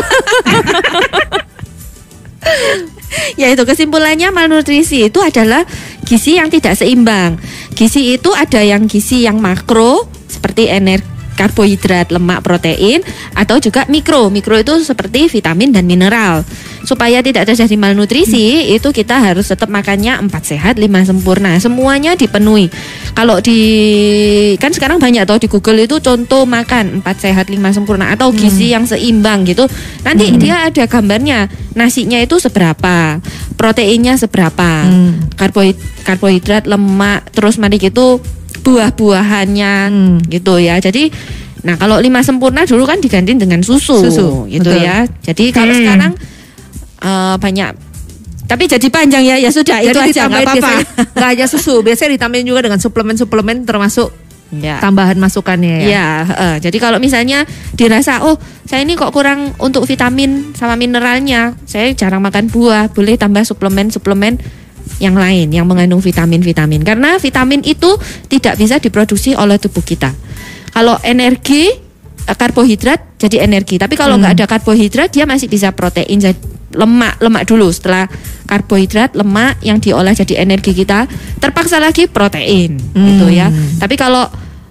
Yaitu kesimpulannya malnutrisi itu adalah gizi yang tidak seimbang. Gizi itu ada yang gizi yang makro seperti energi, karbohidrat, lemak, protein, atau juga mikro. Mikro itu seperti vitamin dan mineral. Supaya tidak terjadi malnutrisi, itu kita harus tetap makannya empat sehat, lima sempurna. Semuanya dipenuhi. Kalau di kan sekarang banyak toh di Google itu contoh makan empat sehat, lima sempurna atau gizi yang seimbang gitu. Nanti dia ada gambarnya. Nasinya itu seberapa, proteinnya seberapa, karbohid- karbohidrat, lemak, terus mari gitu buah-buahannya Hmm. gitu ya. Jadi nah kalau lima sempurna dulu kan diganti dengan susu, Susu, gitu betul. ya. Jadi kalau Hmm. sekarang eh, banyak, tapi jadi panjang ya, ya sudah itu Jadi aja nggak ditambahin apa-apa. biasanya nggak hanya susu, biasanya ditambahin juga dengan suplemen-suplemen termasuk Ya. tambahan masukannya ya. Ya, eh, jadi kalau misalnya dirasa, oh saya ini kok kurang untuk vitamin sama mineralnya, saya jarang makan buah, boleh tambah suplemen-suplemen yang lain yang mengandung vitamin-vitamin. Karena vitamin itu tidak bisa diproduksi oleh tubuh kita. Kalau energi, eh, karbohidrat jadi energi. Tapi kalau nggak ada karbohidrat, dia masih bisa protein, jadi lemak, lemak dulu. Setelah karbohidrat, lemak yang diolah jadi energi kita, terpaksa lagi protein, gitu ya. Tapi kalau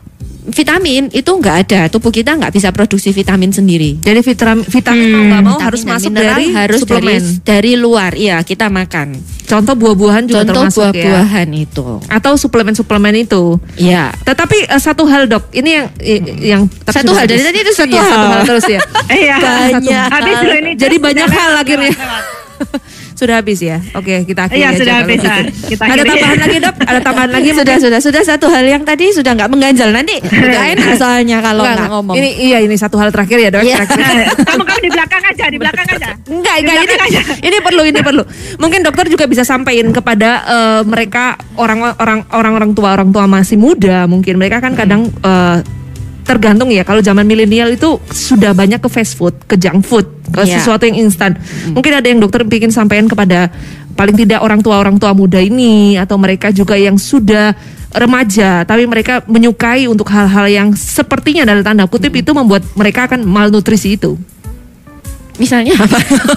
vitamin itu nggak ada, tubuh kita nggak bisa produksi vitamin sendiri. Jadi vitamin vitamin mau nggak mau Vitamin harus dan masuk mineral dari harus suplemen. dari, dari luar, iya kita makan. Contoh buah-buahan juga Contoh termasuk buah-buahan itu. ya. Atau suplemen-suplemen itu. Iya. Tetapi uh, satu hal dok, ini yang i- yang tapi Satu sudah hal, dari habis. tadi itu satu Iya, hal. satu hal terus ya. Iya. Banyak Habis hal. dulu ini. Jadi terus banyak udah hal lewat, akhirnya. lewat, lewat. Sudah habis ya. Oke, kita akhiri Iya, aja sudah kalau habis, gitu. ah. Kita Ada akhiri. tambahan lagi dok? Ada tambahan lagi? Sudah, sudah, sudah satu hal yang tadi sudah nggak mengganjal nanti. Nggak enak soalnya kalau Enggak, nggak ngomong. Ini iya ini satu hal terakhir ya dok. Iya. Terakhir. Kamu kamu di belakang aja, di belakang aja. Enggak, Di enggak ini, belakang aja. ini perlu, ini perlu. Mungkin dokter juga bisa sampaikan kepada eh, mereka orang-orang orang-orang tua, orang tua masih muda, mungkin mereka kan kadang eh, tergantung ya. Kalau zaman milenial itu sudah banyak ke fast food, ke junk food, ke Iya. sesuatu yang instan. Mungkin ada yang dokter bikin sampaikan kepada paling tidak orang tua orang tua muda ini atau mereka juga yang sudah remaja tapi mereka menyukai untuk hal-hal yang sepertinya dalam tanda kutip itu membuat mereka akan malnutrisi itu. Misalnya apa?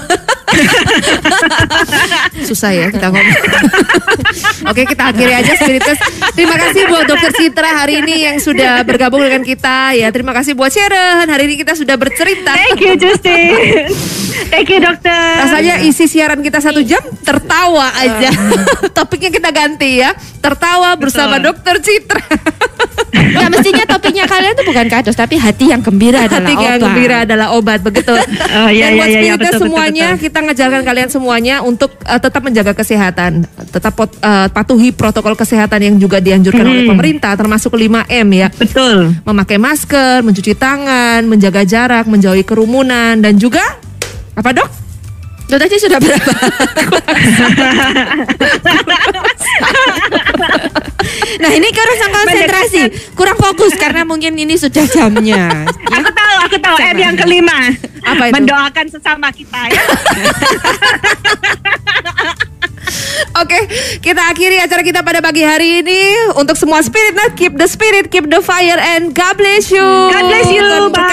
Susah ya kita ngomong. Oke, kita akhiri aja Spiritus. Terima kasih buat Dokter Citra hari ini yang sudah bergabung dengan kita ya. Terima kasih buat Sharon. Hari ini kita sudah bercerita. Thank you Justin. Thank you dokter. Rasanya isi siaran kita satu jam tertawa aja. Topiknya kita ganti ya. Tertawa bersama Dokter Citra. Nah, mestinya topiknya kalian itu bukan kados tapi hati yang gembira adalah Hati obat. yang gembira adalah obat, begitu. Oh, iya, Dan buat iya, iya, Spiritus betul, betul, semuanya, betul. kita ngajarkan kalian semuanya untuk uh, tetap menjaga kesehatan, tetap pot- uh, patuhi protokol kesehatan yang juga dianjurkan oleh Hmm. pemerintah, termasuk lima M ya. Betul. Memakai masker, mencuci tangan, menjaga jarak, menjauhi kerumunan, dan juga apa dok? Itu tadi sudah berapa? Nah ini kurang konsentrasi, kurang fokus karena mungkin ini sudah jamnya. Aku tahu, aku tahu. M yang kelima. Apa itu? Mendoakan sesama kita ya. Oke, kita akhiri acara kita pada pagi hari ini. Untuk semua Spirit Night, keep the spirit, keep the fire, and God bless you. God bless you. Dan Bye.